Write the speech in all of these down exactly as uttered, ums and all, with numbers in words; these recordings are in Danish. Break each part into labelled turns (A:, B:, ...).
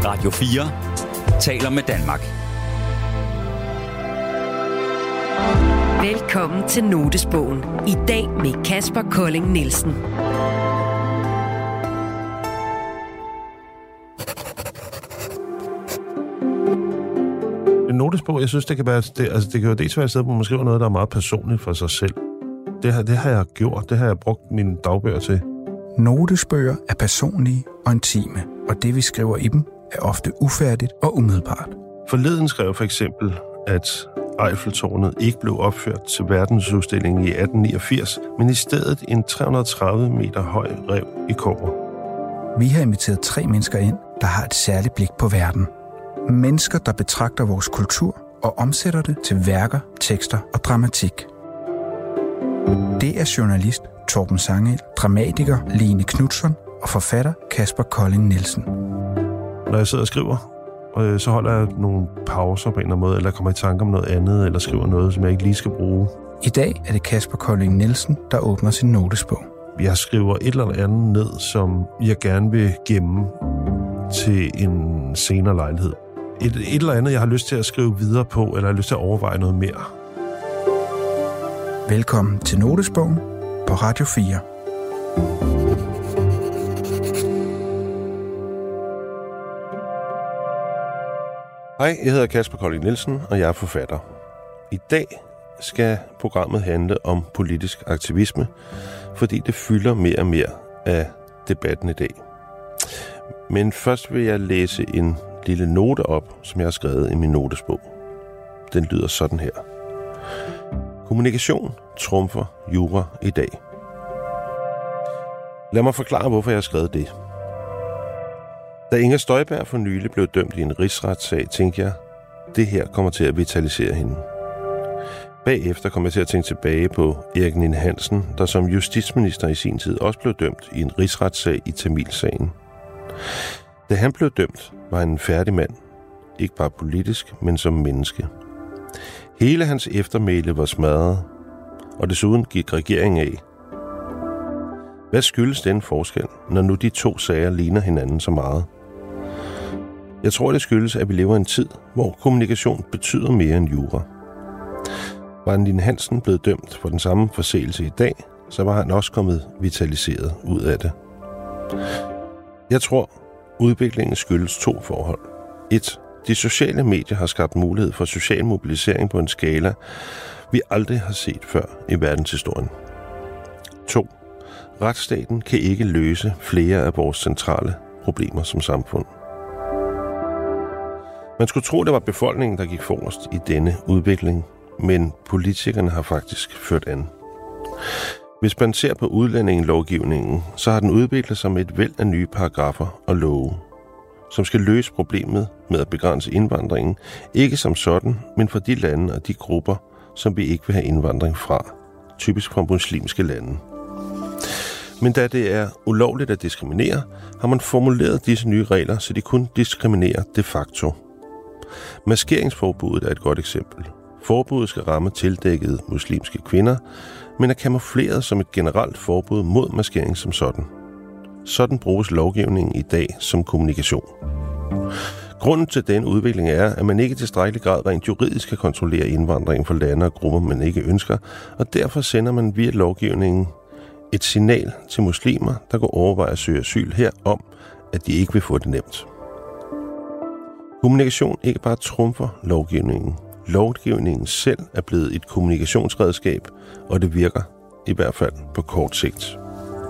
A: Radio fire taler med Danmark.
B: Velkommen til Notesbogen. I dag med Kasper Kolding Nielsen.
C: En notesbog, jeg synes, det kan være, det, altså det kan jo dels være et sted, hvor man skriver noget, der er meget personligt for sig selv. Det har, det har jeg gjort, det har jeg brugt mine dagbøger til.
D: Notesbøger er personlige og intime, og det vi skriver i dem er ofte ufærdigt og umiddelbart.
C: Forleden skrev for eksempel, at Eiffeltårnet ikke blev opført til verdensudstillingen i atten niogfirs, men i stedet en tre hundrede og tredive meter høj rev i kobber.
D: Vi har inviteret tre mennesker ind, der har et særligt blik på verden. Mennesker, der betragter vores kultur og omsætter det til værker, tekster og dramatik. Det er journalist Torben Sangel, dramatiker Line Knudsen og forfatter Kasper Kolding Nielsen.
C: Når jeg sidder og skriver, så holder jeg nogle pauser på en eller anden måde, eller kommer i tanke om noget andet, eller skriver noget, som jeg ikke lige skal bruge.
D: I dag er det Kasper Kolding Nielsen, der åbner sin notesbog.
C: Jeg skriver et eller andet ned, som jeg gerne vil gemme til en senere lejlighed. Et, et eller andet, jeg har lyst til at skrive videre på, eller har lyst til at overveje noget mere.
D: Velkommen til Notesbogen på Radio fire.
C: Hej, jeg hedder Kasper Kolding Nielsen, og jeg er forfatter. I dag skal programmet handle om politisk aktivisme, fordi det fylder mere og mere af debatten i dag. Men først vil jeg læse en lille note op, som jeg har skrevet i min notesbog. Den lyder sådan her. Kommunikation trumfer jura i dag. Lad mig forklare, hvorfor jeg har skrevet det. Da Inger Støjberg for nylig blev dømt i en rigsretssag, tænkte jeg, det her kommer til at vitalisere hende. Bagefter kom jeg til at tænke tilbage på Erik Ninn-Hansen, der som justitsminister i sin tid også blev dømt i en rigsretssag i Tamilsagen. Da han blev dømt, var han en færdig mand. Ikke bare politisk, men som menneske. Hele hans eftermæle var smadret, og desuden gik regeringen af. Hvad skyldes den forskel, når nu de to sager ligner hinanden så meget? Jeg tror, det skyldes, at vi lever i en tid, hvor kommunikation betyder mere end jura. Var Ninn-Hansen blevet dømt for den samme forseelse i dag, så var han også kommet vitaliseret ud af det. Jeg tror, udviklingen skyldes to forhold. et. De sociale medier har skabt mulighed for social mobilisering på en skala, vi aldrig har set før i verdenshistorien. to. Retsstaten kan ikke løse flere af vores centrale problemer som samfund. Man skulle tro, det var befolkningen, der gik forrest i denne udvikling, men politikerne har faktisk ført an. Hvis man ser på udlændingelovgivningen, så har den udviklet sig med et væld af nye paragraffer og love, som skal løse problemet med at begrænse indvandringen, ikke som sådan, men for de lande og de grupper, som vi ikke vil have indvandring fra, typisk fra muslimske lande. Men da det er ulovligt at diskriminere, har man formuleret disse nye regler, så de kun diskriminerer de facto. Maskeringsforbuddet er et godt eksempel. Forbuddet skal ramme tildækkede muslimske kvinder, men er kamufleret som et generelt forbud mod maskering som sådan. Sådan bruges lovgivningen i dag som kommunikation. Grunden til den udvikling er, at man ikke i tilstrækkelig grad rent juridisk kan kontrollere indvandringen for lande og grupper, man ikke ønsker, og derfor sender man via lovgivningen et signal til muslimer, der går overveje at søge asyl her om, at de ikke vil få det nemt. Kommunikation ikke bare trumfer lovgivningen. Lovgivningen selv er blevet et kommunikationsredskab, og det virker i hvert fald på kort sigt.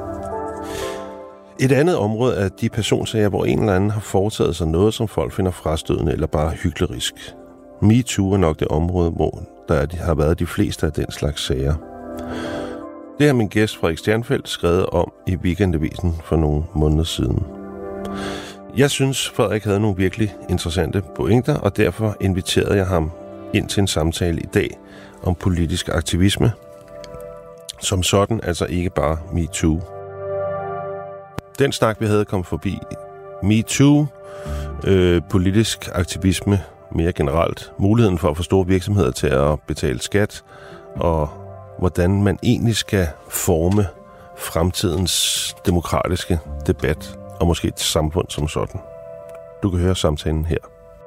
C: Et andet område er de personsager, hvor en eller anden har foretaget sig noget, som folk finder frastødende eller bare hyklerisk. MeToo er nok det område, hvor der har været de fleste af den slags sager. Det har min gæst Frederik Stjernfeldt skrevet om i Weekendavisen for nogle måneder siden. Jeg synes, Frederik havde nogle virkelig interessante pointer, og derfor inviterede jeg ham ind til en samtale i dag om politisk aktivisme. Som sådan, altså ikke bare MeToo. Den snak, vi havde, kom forbi MeToo, øh, politisk aktivisme mere generelt, muligheden for at få store virksomheder til at betale skat, og hvordan man egentlig skal forme fremtidens demokratiske debat, og måske et samfund som sådan. Du kan høre samtalen her.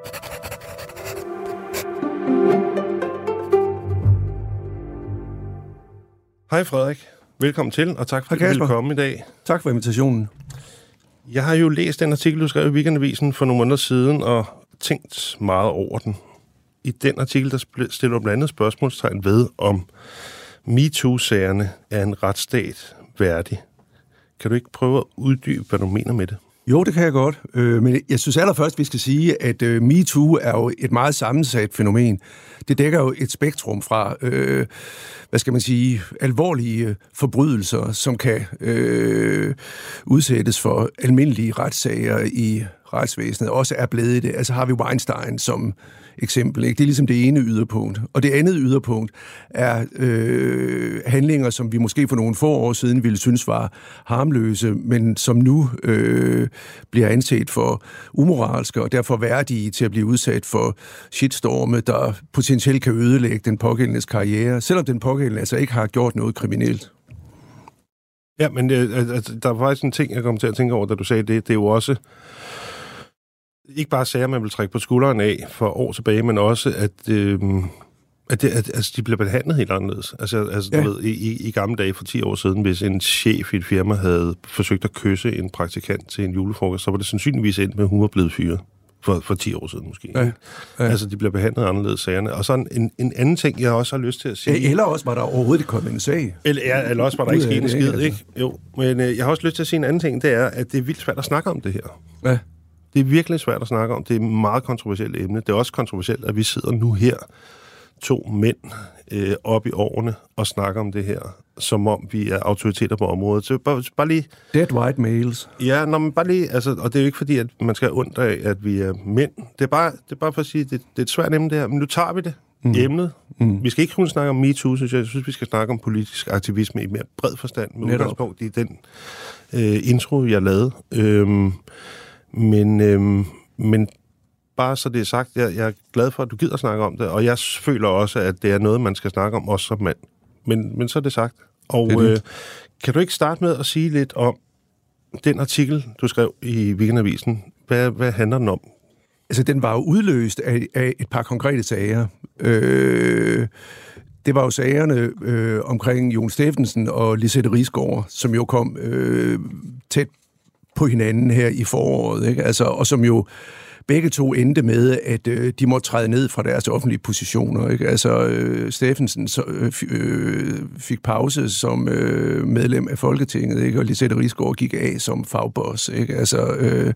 C: Hej Frederik. Velkommen til, og tak fordi du ville komme i dag.
E: Tak for invitationen.
C: Jeg har jo læst den artikel, du skrev i Weekendavisen for nogle måneder siden, og tænkt meget over den. I den artikel, der stiller du blandt andet spørgsmålstegn ved, om MeToo-sagerne er en retsstat værdig. Kan du ikke prøve at uddybe, hvad du mener med det?
E: Jo, det kan jeg godt. Øh, men jeg synes allerførst, vi skal sige, at øh, MeToo er jo et meget sammensat fænomen. Det dækker jo et spektrum fra, øh, hvad skal man sige, alvorlige forbrydelser, som kan øh, udsættes for almindelige retssager i retsvæsenet, også er blevet i det. Altså har vi Weinstein som eksempel. Ikke? Det er ligesom det ene yderpunkt. Og det andet yderpunkt er øh, handlinger, som vi måske for nogle få år siden ville synes var harmløse, men som nu øh, bliver anset for umoralske og derfor værdige til at blive udsat for shitstorme, der potentielt kan ødelægge den pågældendes karriere, selvom den pågældende altså ikke har gjort noget kriminelt.
C: Ja, men øh, altså, der var faktisk en ting, jeg kom til at tænke over, da du sagde det. Det er jo også ikke bare sager, man vil trække på skulderen af for år tilbage, men også, at, øh, at, det, at altså, de bliver behandlet helt anderledes. Altså, altså ja. Du ved, i, i gamle dage for ti år siden, hvis en chef i et firma havde forsøgt at kysse en praktikant til en julefrokost, så var det sandsynligvis endt med, at hun var blevet fyret. For, for ti år siden måske. Ja, ja. Altså, de bliver behandlet anderledes sagerne. Og så en, en anden ting, jeg også har lyst til at sige.
E: Ja, eller også var der overhovedet ikke kommet en sag.
C: Eller, ja, eller også var der ikke sket en skid, altså. Ikke? Jo, men øh, jeg har også lyst til at sige en anden ting, det er, at det er vildt svært at snakke om det her.
E: Ja.
C: Det er virkelig svært at snakke om. Det er et meget kontroversielt emne. Det er også kontroversielt, at vi sidder nu her, to mænd, øh, op i årene, og snakker om det her, som om vi er autoriteter på området. Så bare, bare lige...
E: Dead white males.
C: Ja, nå, men bare lige... Altså, og det er jo ikke fordi, at man skal have ondt af, at vi er mænd. Det er bare, det er bare for at sige, at det, det er et svært emne, det her. Men nu tager vi det. Mm. Emnet. Mm. Vi skal ikke kun snakke om MeToo, synes jeg. Jeg synes, vi skal snakke om politisk aktivisme i mere bred forstand, med
E: Netop.
C: udgangspunkt i den øh, intro, jeg lavede. Øhm, men, øhm, men bare så det er sagt, jeg, jeg er glad for, at du gider snakke om det, og jeg føler også, at det er noget, man skal snakke om, også som mand. Men, men så er det sagt. Og det øh, kan du ikke starte med at sige lidt om den artikel, du skrev i Weekendavisen? Hvad, hvad handler den om?
E: Altså, den var jo udløst af, af et par konkrete sager. Øh, det var jo sagerne øh, omkring Jon Steffensen og Lisette Risgaard, som jo kom øh, tæt på hinanden her i foråret, ikke? Altså, og som jo begge to endte med, at øh, de måtte træde ned fra deres offentlige positioner. Ikke? Altså, øh, Steffensen så, øh, fik pause som øh, medlem af Folketinget, ikke? Og Lisette Risgaard gik af som fagboss. Ikke? Altså, øh,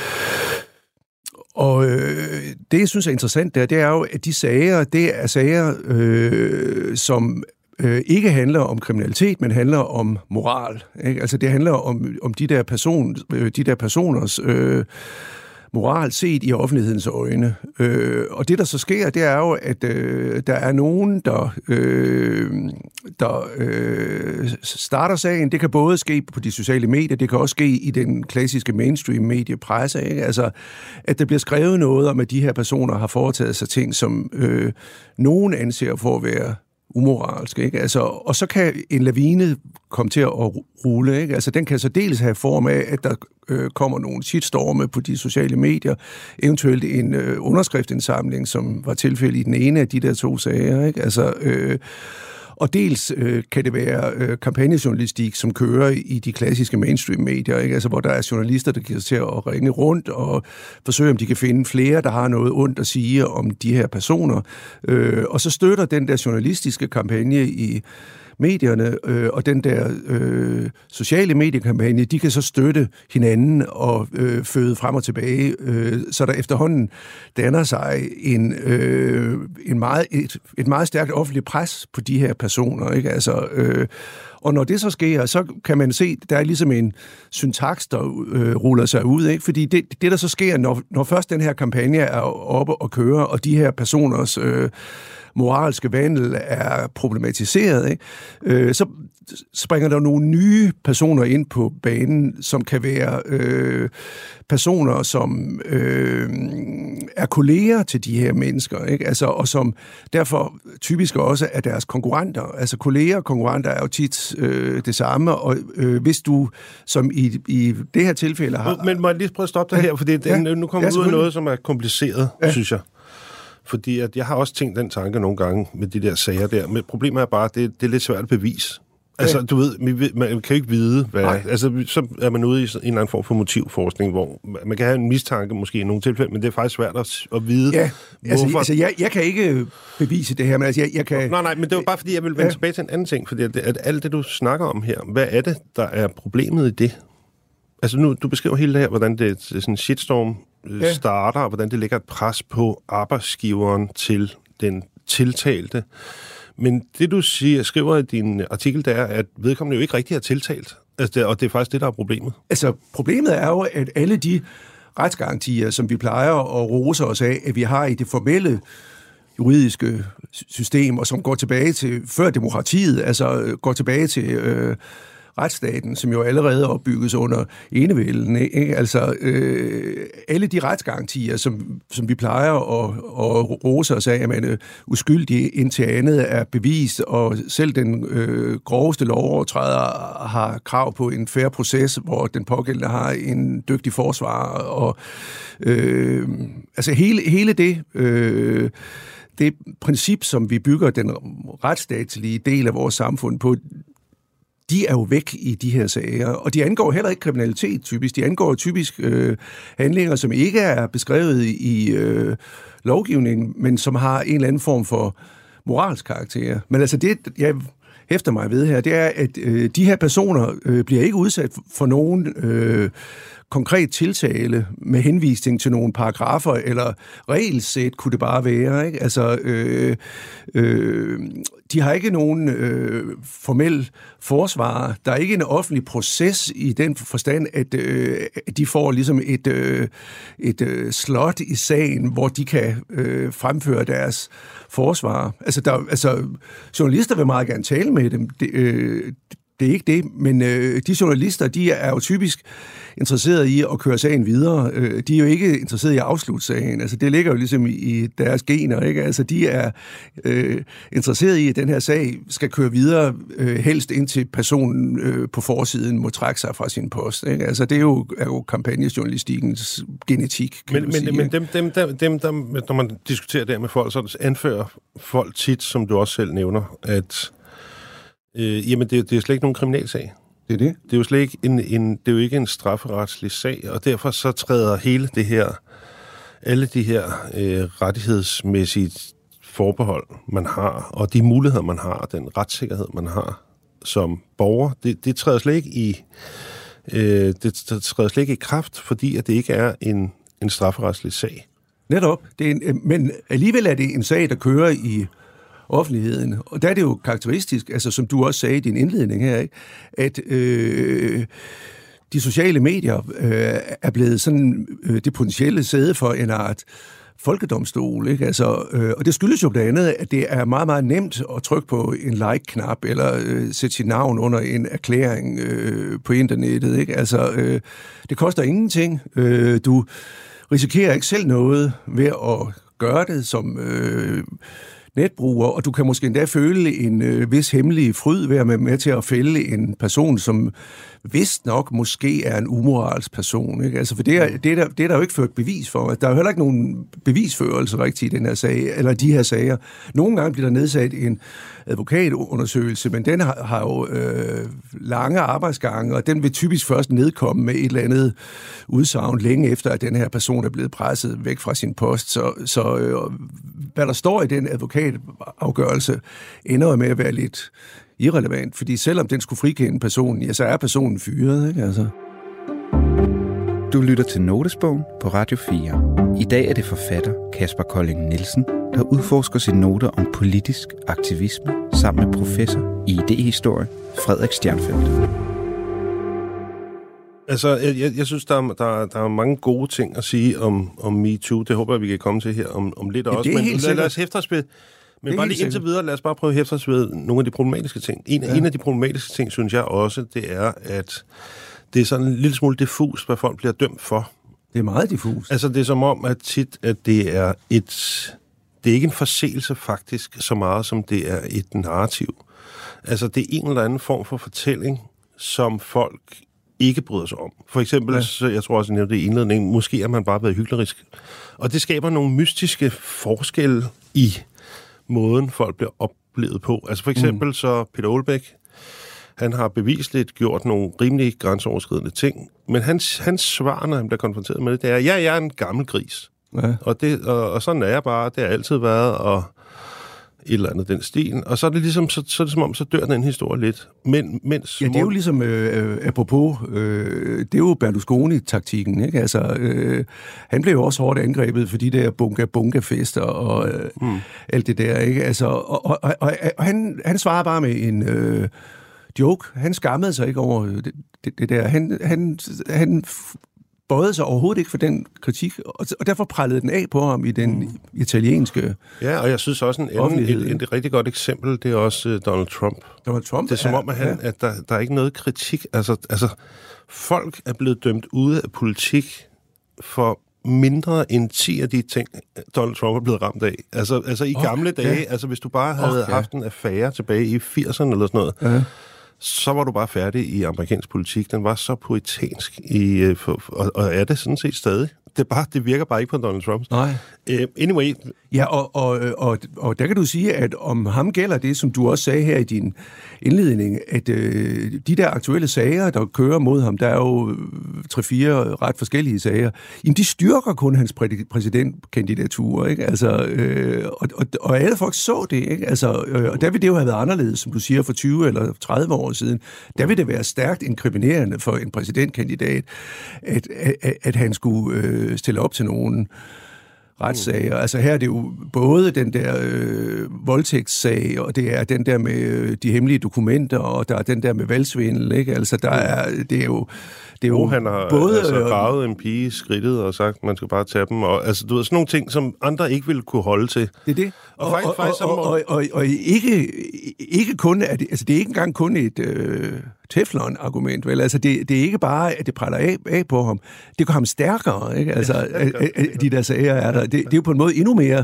E: og øh, det, jeg synes er interessant der, det er jo, at de sager, det er sager, øh, som øh, ikke handler om kriminalitet, men handler om moral. Ikke? Altså, det handler om, om de der, person, øh, de der personers øh, moral set i offentlighedens øjne. Øh, og det, der så sker, det er jo, at øh, der er nogen, der, øh, der øh, starter sagen. Det kan både ske på de sociale medier, det kan også ske i den klassiske mainstream-mediepresse. Ikke? Altså, at der bliver skrevet noget om, at de her personer har foretaget sig ting, som øh, nogen anser for at være umoralsk, ikke? Altså, og så kan en lavine komme til at rulle, ikke? Altså, den kan så dels have form af, at der øh, kommer nogle shitstorme på de sociale medier, eventuelt en øh, underskriftindsamling, som var tilfældet i den ene af de der to sager, ikke? Altså, øh, og dels øh, kan det være øh, kampagnejournalistik, som kører i de klassiske mainstream-medier, ikke? Altså, hvor der er journalister, der giver sig til at ringe rundt og forsøge, om de kan finde flere, der har noget ondt at sige om de her personer. Øh, og så støtter den der journalistiske kampagne i medierne øh, og den der øh, sociale mediekampagne, de kan så støtte hinanden og øh, føde frem og tilbage, øh, så der efterhånden danner sig en, øh, en meget, et, et meget stærkt offentligt pres på de her personer, ikke? Altså, øh, og når det så sker, så kan man se, der er ligesom en syntaks, der øh, ruller sig ud, ikke? Fordi det, det, der så sker, når, når først den her kampagne er oppe og kører, og de her personers øh, moralske vandel er problematiseret, ikke? Øh, så springer der nogle nye personer ind på banen, som kan være øh, personer, som øh, er kolleger til de her mennesker, ikke? Altså, og som derfor typisk også er deres konkurrenter. Altså kolleger og konkurrenter er jo tit øh, det samme, og øh, hvis du, som i, i det her tilfælde har...
C: Men må jeg lige prøve at stoppe dig her, fordi den,
E: ja,
C: nu kommer
E: ja,
C: ud af noget, som er kompliceret, ja. synes jeg. Fordi at jeg har også tænkt den tanke nogle gange med de der sager der, men problemet er bare, at det, det er lidt svært at bevise. Altså, du ved, man kan jo ikke vide, hvad... Nej. Altså, så er man ude i en eller anden form for motivforskning, hvor man kan have en mistanke måske i nogle tilfælde, men det er faktisk svært at, at vide,
E: ja, altså,
C: hvorfor...
E: altså jeg, jeg kan ikke bevise det her, men altså, jeg, jeg kan...
C: Nej, nej, men det var bare, fordi jeg vil vende ja. tilbage til en anden ting, fordi at, at alt det, du snakker om her, hvad er det, der er problemet i det? Altså, nu, du beskriver hele det her, hvordan det sådan en shitstorm ja. starter, og hvordan det lægger et pres på arbejdsgiveren til den tiltalte. Men det, du siger, skriver i din artikel, det er, at vedkommende jo ikke rigtig er tiltalt. Altså, det, og det er faktisk det, der er problemet.
E: Altså, problemet er jo, at alle de retsgarantier, som vi plejer at rose os af, at vi har i det formelle juridiske system, og som går tilbage til før demokratiet, altså går tilbage til... Øh, retsstaten, som jo allerede opbygges under enevælden, ikke? Altså øh, alle de retsgarantier, som, som vi plejer at, at rose os af, at man er uskyldig indtil andet er bevist, og selv den øh, groveste lovovertræder har krav på en fair proces, hvor den pågældende har en dygtig forsvarer, og øh, altså hele, hele det øh, det princip, som vi bygger den retsstatslige del af vores samfund på, de er jo væk i de her sager, og de angår heller ikke kriminalitet typisk. De angår typisk øh, handlinger, som ikke er beskrevet i øh, lovgivningen, men som har en eller anden form for moralsk karakter. Men altså det, jeg hæfter mig ved her, det er, at øh, de her personer øh, bliver ikke udsat for nogen øh, konkret tiltale med henvisning til nogle paragrafer, eller regelsæt kunne det bare være, ikke? Altså, øh, øh, de har ikke nogen øh, formel forsvar. Der er ikke en offentlig proces i den forstand, at øh, de får ligesom et, øh, et øh, slot i sagen, hvor de kan øh, fremføre deres forsvar. Altså, der, altså, journalister vil meget gerne tale med dem. Det, øh, Det er ikke det, men øh, de journalister, de er jo typisk interesserede i at køre sagen videre. Øh, de er jo ikke interesserede i at afslutte sagen. Altså, det ligger jo ligesom i, i deres gener, ikke? Altså, de er øh, interesserede i, at den her sag skal køre videre, øh, helst indtil personen øh, på forsiden må trække sig fra sin post, ikke? Altså, det er jo, er jo kampagnejournalistikkens genetik, kan
C: men,
E: man
C: men,
E: sige.
C: Men dem, dem, dem, dem der, når man diskuterer det med folk, så anfører folk tit, som du også selv nævner, at Øh, jamen, det, det er slet ikke nogen kriminalsag.
E: Det er det.
C: Det er jo slet ikke en, en, det er jo ikke en strafferetslig sag, og derfor så træder hele det her, alle de her øh, rettighedsmæssige forbehold, man har, og de muligheder, man har, den retssikkerhed, man har som borger, det, det træder slet ikke i, øh, det træder slet ikke i kraft, fordi at det ikke er en, en strafferetslig sag.
E: Netop. Det er en, men alligevel er det en sag, der kører i offentligheden. Og der er det jo karakteristisk, altså som du også sagde i din indledning her, ikke? At øh, de sociale medier øh, er blevet sådan øh, det potentielle sæde for en art folkedomstol, ikke? Altså, øh, og det skyldes jo blandt andet, at det er meget, meget nemt at trykke på en like-knap, eller øh, sætte sit navn under en erklæring øh, på internettet, ikke? Altså, øh, det koster ingenting. Øh, du risikerer ikke selv noget ved at gøre det som øh, netbruger, og du kan måske endda føle en øh, vis hemmelig fryd ved at være med til at fælde en person, som vist nok måske er en umoralsk person, ikke? Altså, for det er, det, er der, det er der jo ikke ført bevis for. Der er jo heller ikke nogen bevisførelse rigtigt i den her sag, eller de her sager. Nogle gange bliver der nedsat en advokatundersøgelse, men den har, har jo øh, lange arbejdsgange, og den vil typisk først nedkomme med et eller andet udsagn længe efter, at den her person er blevet presset væk fra sin post. Så, så øh, hvad der står i den advokatafgørelse, ender med at være lidt irrelevant, fordi selvom den skulle frikende personen, ja, så er personen fyret, ikke? Altså.
D: Du lytter til Notesbogen på Radio fire. I dag er det forfatter Kasper Colling Nielsen, der udforsker sine noter om politisk aktivisme sammen med professor i idéhistorie Frederik Stjernfeldt.
C: Altså, jeg, jeg synes, der er, der, der er mange gode ting at sige om, om MeToo. Det håber jeg, vi kan komme til her om, om lidt
E: ja,
C: også. Men lad, lad os hæfte os ved, men bare lige indtil videre, lad os bare prøve at hæfte os ved nogle af de problematiske ting. En, ja. en af de problematiske ting, synes jeg også, det er, at det er sådan en lille smule diffus, hvad folk bliver dømt for.
E: Det er meget diffust.
C: Altså, det er som om, at tit, at det er et... Det er ikke en forseelse faktisk, så meget som det er et narrativ. Altså, det er en eller anden form for fortælling, som folk ikke bryder sig om. For eksempel, ja. så, jeg tror også, jeg nævnte det i indledningen, måske har man bare været hyklerisk. Og det skaber nogle mystiske forskelle i måden, folk bliver oplevet på. Altså for eksempel mm. så Peter Aalbæk, han har bevisligt gjort nogle rimelig grænseoverskridende ting, men hans, hans svar, når han bliver konfronteret med det, det er, ja, jeg er en gammel gris. Ja. Og, det, og, og sådan er jeg bare, det har altid været, og et eller andet den stil. Og så er det ligesom, så, så er det som om, så dør den historie lidt. Men, mens
E: ja, det er jo ligesom, øh, apropos, øh, det er jo Berlusconi-taktikken, ikke? Altså, øh, han blev jo også hårdt angrebet for de der bunga-bunga-fester og øh, mm. alt det der, ikke? Altså, og, og, og, og, og han, han svarer bare med en øh, joke. Han skammede sig ikke over det, det, det der. Han, han, han bøjede sig overhovedet ikke for den kritik, og, og derfor prallede den af på ham i den mm. italienske
C: Ja, og jeg synes også, en anden, et, et, et rigtig godt eksempel, det er også uh, Donald Trump.
E: Donald Trump?
C: Det er som om, at, han, ja. at der, der er ikke noget kritik. Altså, altså, folk er blevet dømt ude af politik for mindre end ti af de ting, Donald Trump er blevet ramt af. Altså, altså i oh, gamle dage, ja. altså hvis du bare havde oh, ja. haft en affære tilbage i firserne eller sådan noget, ja. så var du bare færdig i amerikansk politik. Den var så poetansk, i, for, og, og er det sådan set stadig. Det, bare, det virker bare ikke på Donald Trump.
E: Nej.
C: Uh, anyway.
E: Ja, og, og, og, og der kan du sige, at om ham gælder det, som du også sagde her i din indledning, at øh, de der aktuelle sager, der kører mod ham, der er jo tre-fire ret forskellige sager, jamen de styrker kun hans præ- præsidentkandidatur, ikke? Altså, øh, og, og, og alle folk så det, ikke? Altså, øh, og der vil det jo have været anderledes, som du siger, for tyve eller tredive år siden. Der vil det være stærkt inkriminerende for en præsidentkandidat, at, at, at han skulle øh, stille op til nogen retssager. Altså her er det jo både den der øh, voldtægtssag, og det er den der med øh, de hemmelige dokumenter, og der er den der med valgsvindel, ikke? Altså der er, det er jo... Det er jo
C: oh, han har både, altså, gravet en pige i skridtet og sagt, man skal bare tage dem, og altså du ved, sådan nogle ting, som andre ikke ville kunne holde til.
E: Det er det.
C: Og,
E: og,
C: faktisk,
E: og,
C: faktisk,
E: og, og, og, og ikke, ikke kun, at det, altså det er ikke engang kun et øh, Teflon-argument, vel? Altså det, det er ikke bare, at det præller af, af på ham. Det gør ham stærkere, ikke? Altså, ja, at, at de der sager er der. Det, det er jo på en måde endnu mere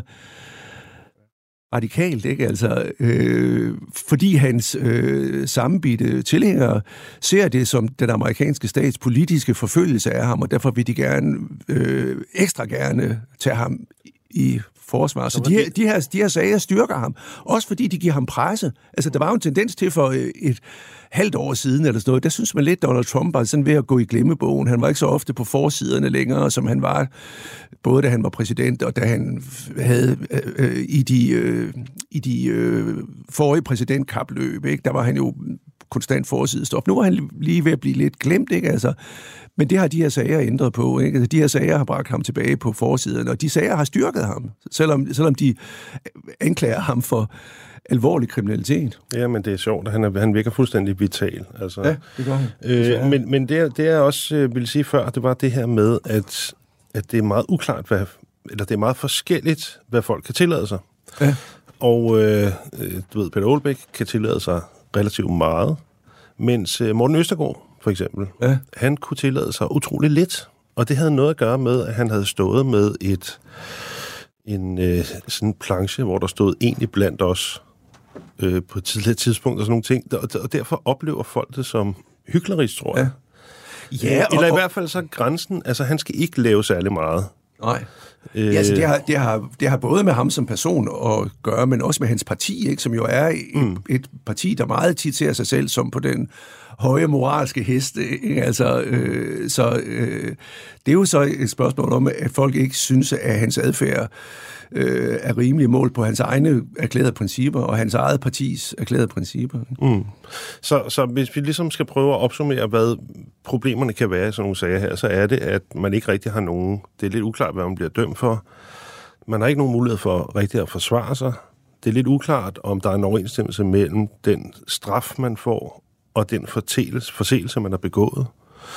E: radikalt, ikke? Altså, øh, fordi hans øh, sammenbitte tilhængere ser det som den amerikanske stats politiske forfølgelse af ham, og derfor vil de gerne, øh, ekstra gerne tage ham i forsvar. Så de her, de, her, de her sager styrker ham, også fordi de giver ham presse. Altså, der var jo en tendens til for et halvt år siden, eller sådan noget, der synes man lidt, Donald Trump var sådan ved at gå i glemmebogen. Han var ikke så ofte på forsiderne længere, som han var, både da han var præsident, og da han havde øh, i de, øh, i de øh, forrige præsidentkapløb, ikke? Der var han jo konstant forsidestof. Nu var han lige ved at blive lidt glemt, ikke? Altså, men det har de her sager ændret på, ikke? Altså, de her sager har bragt ham tilbage på forsiderne, og de sager har styrket ham, selvom, selvom de anklager ham for alvorlig kriminalitet.
C: Ja, men det er sjovt, han, er, han virker fuldstændig vital. Altså,
E: ja, det gør han.
C: Øh, men men det, er, det er også, øh, vil sige før, det var det her med, at, at det er meget uklart, hvad, eller det er meget forskelligt, hvad folk kan tillade sig.
E: Ja.
C: Og øh, du ved, Peter Aalbæk kan tillade sig relativt meget, mens øh, Morten Østergaard, for eksempel, ja. han kunne tillade sig utrolig lidt. Og det havde noget at gøre med, at han havde stået med et en øh, sådan en planche, hvor der stod egentlig blandt os øh, på et tidligere tidspunkt og sådan nogle ting. Og, og derfor oplever folk det som hyklerisk, tror jeg.
E: Ja. Ja,
C: Eller
E: og,
C: i hvert fald så grænsen, altså han skal ikke lave særlig meget.
E: Nej. Øh, ja, altså det har, det, har, det har både med ham som person at gøre, men også med hans parti, ikke, som jo er et, mm. et parti, der meget tit ser sig selv som på den høje moralske hest. Ikke? Altså, øh, så øh, det er jo så et spørgsmål om, at folk ikke synes, at hans adfærd øh, er rimelig mål på hans egne erklærede principper, og hans eget partis erklærede principper.
C: Mm. Så, så hvis vi ligesom skal prøve at opsummere, hvad problemerne kan være i sådan nogle sager her, så er det, at man ikke rigtig har nogen. Det er lidt uklart, hvad man bliver dømt for. Man har ikke nogen mulighed for rigtig at forsvare sig. Det er lidt uklart, om der er en overensstemmelse mellem den straf, man får, og den forseelse, man har begået.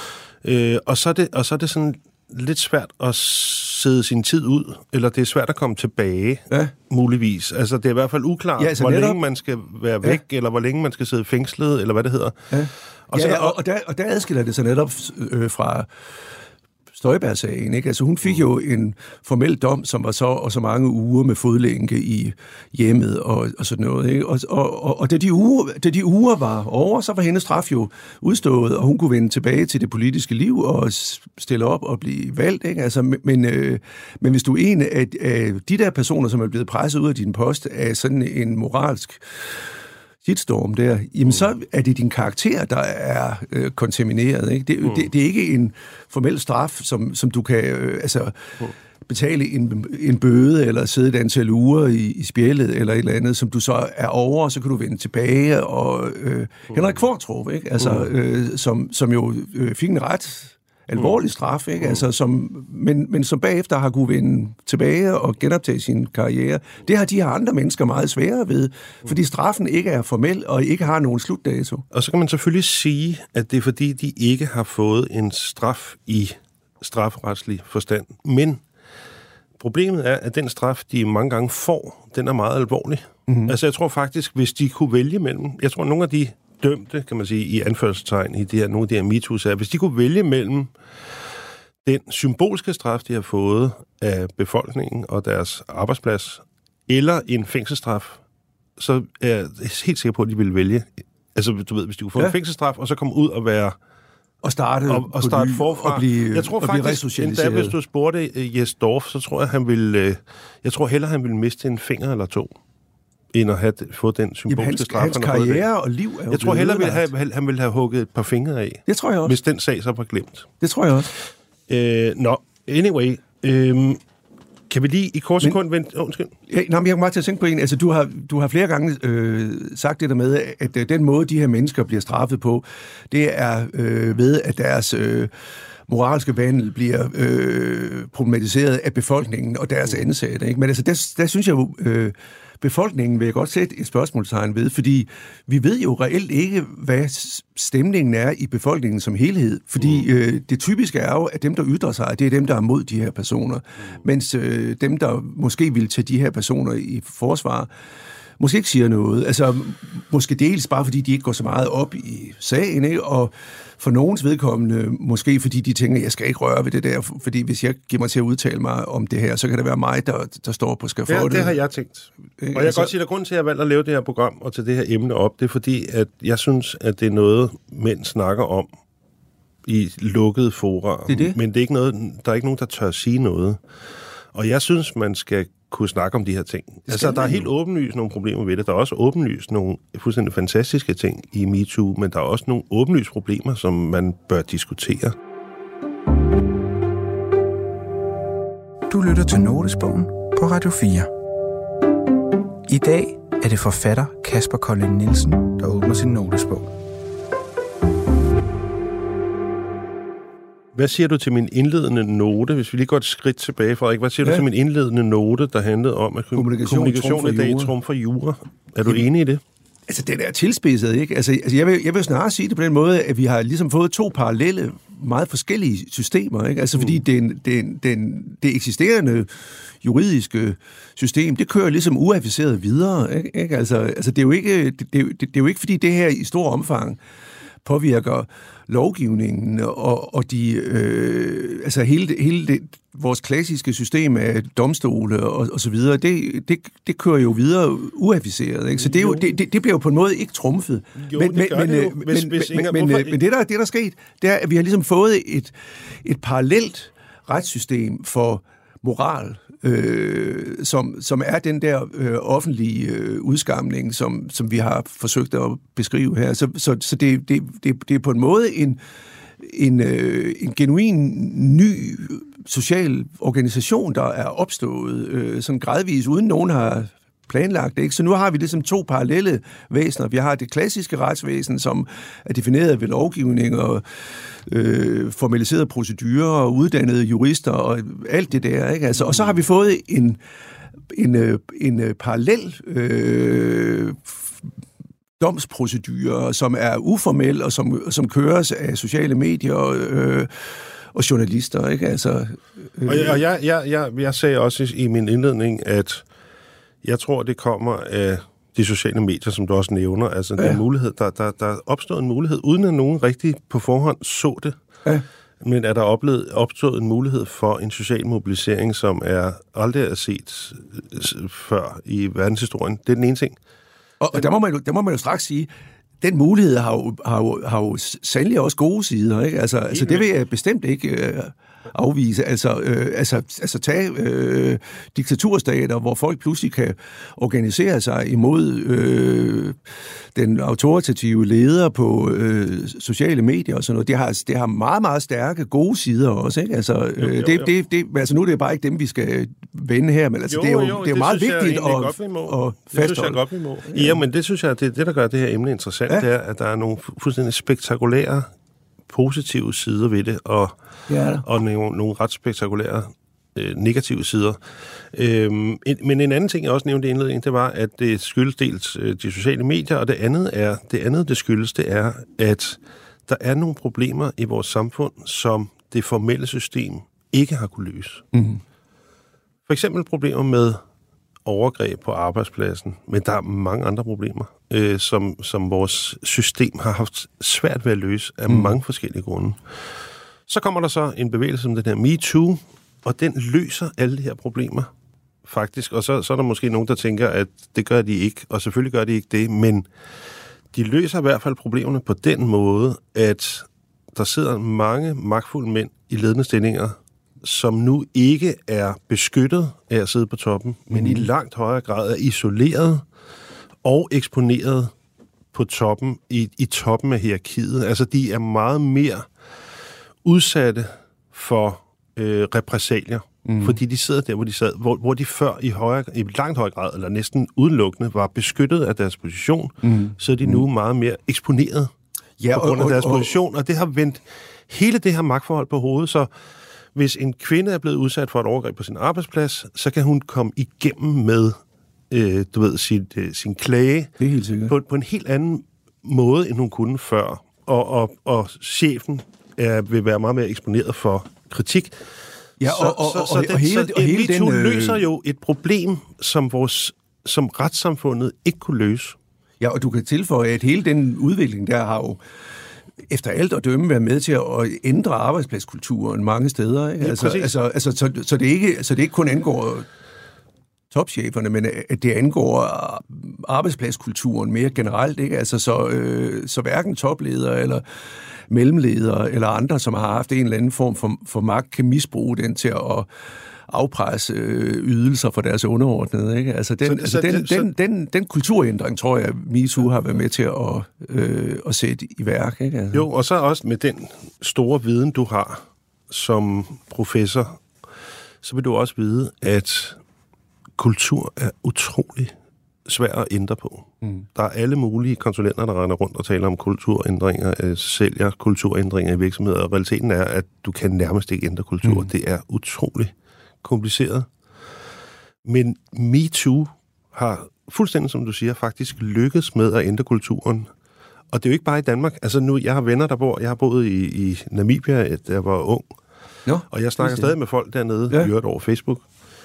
C: Øh, og, så er det, og så er det sådan lidt svært at sidde sin tid ud, eller det er svært at komme tilbage, ja. muligvis. Altså, det er i hvert fald uklart, ja, altså, hvor netop længe man skal være væk, ja. eller hvor længe man skal sidde fængslet, eller hvad det hedder.
E: Ja,
C: og,
E: ja,
C: så,
E: ja, og, og, der, og der adskiller det sig netop øh, fra Støjberg-sagen, ikke? Altså hun fik jo en formel dom, som var så og så mange uger med fodlænke i hjemmet og, og sådan noget, ikke? Og, og, og, og da, de uger, da de uger var over, så var hendes straf jo udstået, og hun kunne vende tilbage til det politiske liv og stille op og blive valgt, ikke? Altså, men, øh, men hvis du er en af, af de der personer, som er blevet presset ud af din post af sådan en moralsk shitstorm der, jamen så er det din karakter, der er øh, kontamineret, ikke? Det, mm. det, det er ikke en formel straf, som, som du kan øh, altså, betale en, en bøde, eller sidde et antal uger i, i spjældet, eller et eller andet, som du så er over, og så kan du vende tilbage, og øh, mm. Henrik Qvortrup, ikke? Altså, øh, som, som jo øh, fik en ret alvorlig straf, ikke? Altså, som, men, men som bagefter har kunne vende tilbage og genoptage sin karriere. Det har de her andre mennesker meget sværere ved, fordi straffen ikke er formel og ikke har nogen slutdato.
C: Og så kan man selvfølgelig sige, at det er fordi, de ikke har fået en straf i strafretslig forstand. Men problemet er, at den straf, de mange gange får, den er meget alvorlig. Mm-hmm. Altså, jeg tror faktisk, hvis de kunne vælge mellem... Jeg tror, nogle af de dømte, kan man sige, i anførselstegn i de her, nogle af de her MeToo-sager, hvis de kunne vælge mellem den symbolske straf, de har fået af befolkningen og deres arbejdsplads, eller en fængselsstraf, så er jeg helt sikker på, at de ville vælge. Altså, du ved, hvis de kunne få ja. en fængselsstraf, og så komme ud og være...
E: Og starte,
C: og, og starte forfra.
E: Og blive,
C: jeg tror
E: og
C: faktisk, endda hvis du spurgte uh, Jes Dorf, så tror jeg, han ville... Uh, jeg tror hellere, han ville miste en finger eller to, end at have fået den symbolske
E: Jamen, hans,
C: straf.
E: Hans karriere og liv er jo
C: Jeg tror hellere, vil have, han ville have hugget et par fingre af.
E: Det tror jeg også.
C: Hvis den sag så var glemt.
E: Det tror jeg også.
C: Øh, Nå, no, anyway. Øh, kan vi lige i kort sekund vente... Oh, undskyld.
E: Ja, nej, men jeg kommer bare til at tænke på en. Altså, du har, du har flere gange øh, sagt det der med, at øh, den måde, de her mennesker bliver straffet på, det er øh, ved, at deres... Øh, moralske vandel bliver øh, problematiseret af befolkningen og deres ansatte. Ikke? Men altså, der, der synes jeg jo, øh, befolkningen vil jeg godt sætte et spørgsmålstegn ved, fordi vi ved jo reelt ikke, hvad stemningen er i befolkningen som helhed. Fordi øh, det typiske er jo, at dem, der ytrer sig, det er dem, der er mod de her personer. Mens øh, dem, der måske vil tage de her personer i forsvar, måske ikke siger noget. Altså, måske dels bare, fordi de ikke går så meget op i sagen, ikke? Og for nogens vedkommende, måske fordi de tænker, jeg skal ikke røre ved det der, fordi hvis jeg giver mig til at udtale mig om det her, så kan det være mig, der, der står på skafottet.
C: Ja, det har jeg tænkt. Og jeg kan altså, godt sige, at grunden til, at jeg valgte at lave det her program og til det her emne op, det er fordi, at jeg synes, at det er noget, mænd snakker om i lukkede fora.
E: Det er det.
C: Men det er ikke noget, der er ikke nogen, der tør sige noget. Og jeg synes, man skal kunne snakke om de her ting. Altså, der er helt åbenlyst nogle problemer ved det. Der er også åbenlyst nogle fuldstændig fantastiske ting i MeToo, men der er også nogle åbenlyst problemer, som man bør diskutere.
D: Du lytter til Notesbogen på Radio fire. I dag er det forfatter Kaspar Colling Nielsen, der åbner sin notesbog.
C: Hvad siger du til min indledende note, hvis vi lige går et skridt tilbage, Frederik? Hvad siger ja. du til min indledende note, der handlede om, at kommunikation, kommunikation i dag trumfer jura? Er du enig i det?
E: Altså, den er tilspidset, ikke? Altså, altså jeg, vil, jeg vil snarere sige det på den måde, at vi har ligesom fået to parallelle, meget forskellige systemer, ikke? Altså, mm. fordi den, den, den, det eksisterende juridiske system, det kører ligesom uafficeret videre, ikke? ikke? Altså, altså det, er jo ikke, det, det, det, det er jo ikke, fordi det her i stor omfang påvirker lovgivningen og, og de, øh, altså hele, hele det, vores klassiske system af domstole og, og så videre, det, det, det kører jo videre uafficeret, ikke? Så det, er jo, det, det, det bliver jo på en måde ikke trumfet.
C: Jo,
E: men,
C: det
E: men,
C: gør
E: men,
C: det jo.
E: Men,
C: Hvis,
E: men,
C: hvis
E: men,
C: Inger,
E: men,
C: hvorfor...
E: men det, der, det, der er sket, det er, at vi har ligesom fået et, et parallelt retssystem for moral, øh, som, som er den der øh, offentlige øh, udskamning, som, som vi har forsøgt at beskrive her. Så, så, så det, det, det, det er på en måde en, en, øh, en genuin ny social organisation, der er opstået øh, sådan gradvis, uden nogen har planlagt det, ikke? Så nu har vi ligesom to parallelle væsener. Vi har det klassiske retsvæsen, som er defineret ved lovgivning og øh, formaliserede procedurer og uddannede jurister og alt det der, ikke? Altså, og så har vi fået en, en, en, en parallel øh, domsprocedure, som er uformel og som, som køres af sociale medier øh, og journalister, ikke? Altså, øh,
C: og jeg, og jeg, jeg, jeg, jeg sagde også i min indledning, at jeg tror, det kommer af de sociale medier, som du også nævner. Altså, ja. der, er mulighed, der, der, der er opstået en mulighed, uden at nogen rigtig på forhånd så det.
E: Ja.
C: Men er der oplevet, opstået en mulighed for en social mobilisering, som er aldrig er set før i verdenshistorien? Det er den ene ting.
E: Og, og der, må man jo, der må man jo straks sige, den mulighed har jo, har jo, har jo sandelig også gode sider, ikke? Altså, altså det vil jeg bestemt ikke øh, afvise. Altså, øh, altså, altså tage øh, diktaturstater, hvor folk pludselig kan organisere sig imod øh, den autoritative leder på øh, sociale medier og sådan noget. Det har, det har meget, meget stærke, gode sider også, ikke? Altså, øh, jo, jo, jo. Det, det, det, altså nu er det bare ikke dem, vi skal vende her, men altså,
C: jo,
E: det er jo,
C: jo,
E: det er jo meget vigtigt at, at
C: fastholde.
E: Det
C: synes jeg godt, vi må. Ja, men det synes jeg, det, det der gør det her emne interessant, ja. Det er, at der er nogle fuldstændig spektakulære positive sider ved det, og, ja. og nogle, nogle ret spektakulære øh, negative sider. Øhm, en, men en anden ting, jeg også nævnte i indledningen, det var, at det skyldes dels øh, de sociale medier, og det andet, er, det andet, det skyldes, det er, at der er nogle problemer i vores samfund, som det formelle system ikke har kunne løse. Mm. For eksempel problemer med overgreb på arbejdspladsen, men der er mange andre problemer, øh, som, som vores system har haft svært ved at løse af mm. mange forskellige grunde. Så kommer der så en bevægelse som den her MeToo, og den løser alle de her problemer, faktisk. Og så, så er der måske nogen, der tænker, at det gør de ikke, og selvfølgelig gør de ikke det, men de løser i hvert fald problemerne på den måde, at der sidder mange magtfulde mænd i ledende stillinger, som nu ikke er beskyttet af at sidde på toppen, men mm. i langt højere grad er isoleret og eksponeret på toppen, i, i toppen af hierarkiet. Altså, de er meget mere udsatte for øh, repressalier, mm. fordi de sidder der, hvor de sad, hvor, hvor de før i, højere, i langt højere grad, eller næsten udelukkende, var beskyttet af deres position, mm. så er de nu mm. meget mere eksponeret ja, på grund af og, deres og, position, og det har vendt hele det her magtforhold på hovedet, så hvis en kvinde er blevet udsat for et overgreb på sin arbejdsplads, så kan hun komme igennem med øh, du ved, sin, øh, sin klage
E: det er helt sikkert. På,
C: på en helt anden måde, end hun kunne før. Og, og, og chefen er, vil være meget mere eksponeret for kritik.
E: Ja, og, og, så, og, så, og, så og hele, og hele
C: MeToo
E: den, øh...
C: løser jo et problem, som, vores, som retssamfundet ikke kunne løse.
E: Ja, og du kan tilføje, at hele den udvikling, der har jo efter alt at dømme være med til at ændre arbejdspladskulturen mange steder. Ikke?
C: Ja,
E: altså, altså, altså, så, så, det ikke, så det ikke kun angår topcheferne, men at det angår arbejdspladskulturen mere generelt. Ikke? Altså, så, øh, så hverken topledere eller mellemledere eller andre, som har haft en eller anden form for, for magt, kan misbruge den til at afpresse øh, ydelser for deres underordnede. Ikke? Altså den, så, altså den, det, den, så... den, den kulturændring, tror jeg, MeToo har været med til at, øh, at sætte i værk. Ikke? Altså.
C: Jo, og så også med den store viden, du har som professor, så vil du også vide, at kultur er utrolig svær at ændre på. Mm. Der er alle mulige konsulenter, der render rundt og taler om kulturændringer, øh, sælger kulturændringer i virksomheder, og realiteten er, at du kan nærmest ikke ændre kultur. Mm. Det er utrolig kompliceret. Men MeToo har fuldstændig, som du siger, faktisk lykkedes med at ændre kulturen. Og det er jo ikke bare i Danmark. Altså nu, jeg har venner, der bor, jeg har boet i, i Namibia, da jeg var ung. Jo, og jeg snakker stadig med folk dernede, ja. Hørt over Facebook.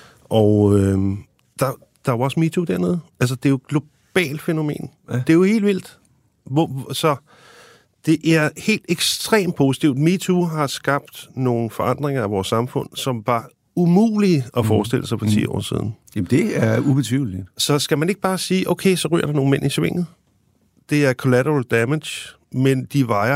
C: Og øh, der, der er jo også MeToo dernede. Altså det er jo et globalt fænomen. Ja. Det er jo helt vildt. Hvor, så det er helt ekstremt positivt. MeToo har skabt nogle forandringer af vores samfund, som var umulige at forestille sig for ti år siden.
E: Jamen, det er ubetvivligt.
C: Så skal man ikke bare sige, okay, så ryger der nogle mænd i svinget. Det er collateral damage, men de vejer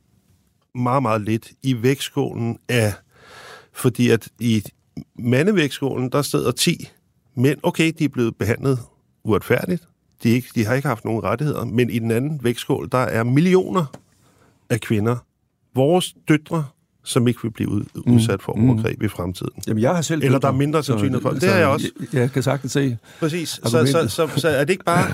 C: meget, meget lidt i vægtskålen af, fordi at i mandevægtskålen, der sidder ti mænd. Okay, de er blevet behandlet uretfærdigt. De, ikke, de har ikke haft nogen rettigheder, men i den anden vægtskål, der er millioner af kvinder. Vores døtre, som ikke vil blive udsat for overgreb mm. i fremtiden.
E: Jamen, jeg har selv
C: Eller der er mindre sandsynlighed for det. Det har jeg også.
E: Jeg, jeg kan sagtens se.
C: Præcis. Så, så, så, så er det ikke bare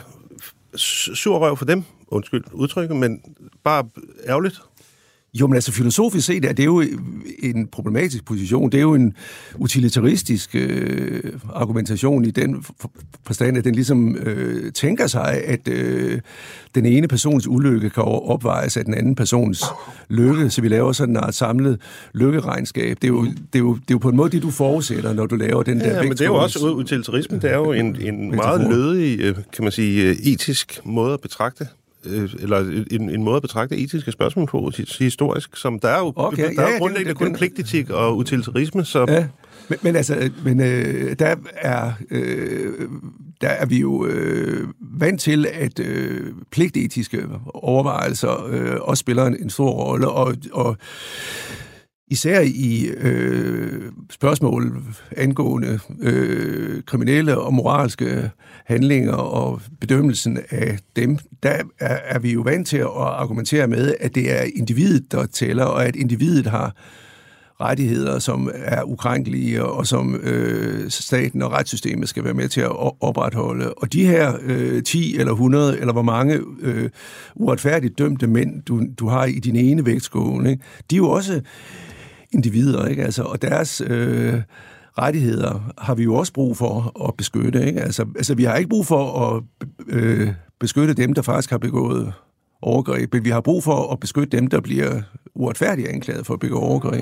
C: sur røv for dem, undskyld udtrykket, men bare ærgerligt?
E: Jo, men altså filosofisk set er det jo en problematisk position. Det er jo en utilitaristisk øh, argumentation i den forstand, at den ligesom øh, tænker sig, at øh, den ene persons ulykke kan opvejes af den anden persons lykke, så vi laver sådan et samlet lykkeregnskab. Det er jo, det er jo, det er jo på en måde det, du forudsætter, når du laver den der...
C: Ja, men det er jo også utilitarisme. Det er jo en, en meget lødig, kan man sige, etisk måde at betragte øh, eller en, en måde at betragte etiske spørgsmål på historisk, som der er jo
E: okay,
C: der
E: ja,
C: er jo grundlæggende kun pligtetik og utilitarisme, så...
E: Ja. Men, men altså, men, øh, der, er, øh, der er vi jo øh, vant til, at øh, pligtetiske overvejelser øh, også spiller en, en stor rolle, og, og især i øh, spørgsmål angående øh, kriminelle og moralske handlinger og bedømmelsen af dem, der er, er vi jo vant til at argumentere med, at det er individet, der tæller, og at individet har rettigheder, som er ukrænkelige, og som øh, staten og retssystemet skal være med til at opretholde. Og de her øh, ti eller hundrede, eller hvor mange øh, uretfærdigt dømte mænd, du, du har i din ene vægtskål, ikke? De er jo også individer, ikke? Altså, og deres øh, rettigheder har vi jo også brug for at beskytte. Ikke? Altså, altså, vi har ikke brug for at øh, beskytte dem, der faktisk har begået overgreb, men vi har brug for at beskytte dem, der bliver uretfærdigt anklaget for at begå overgreb.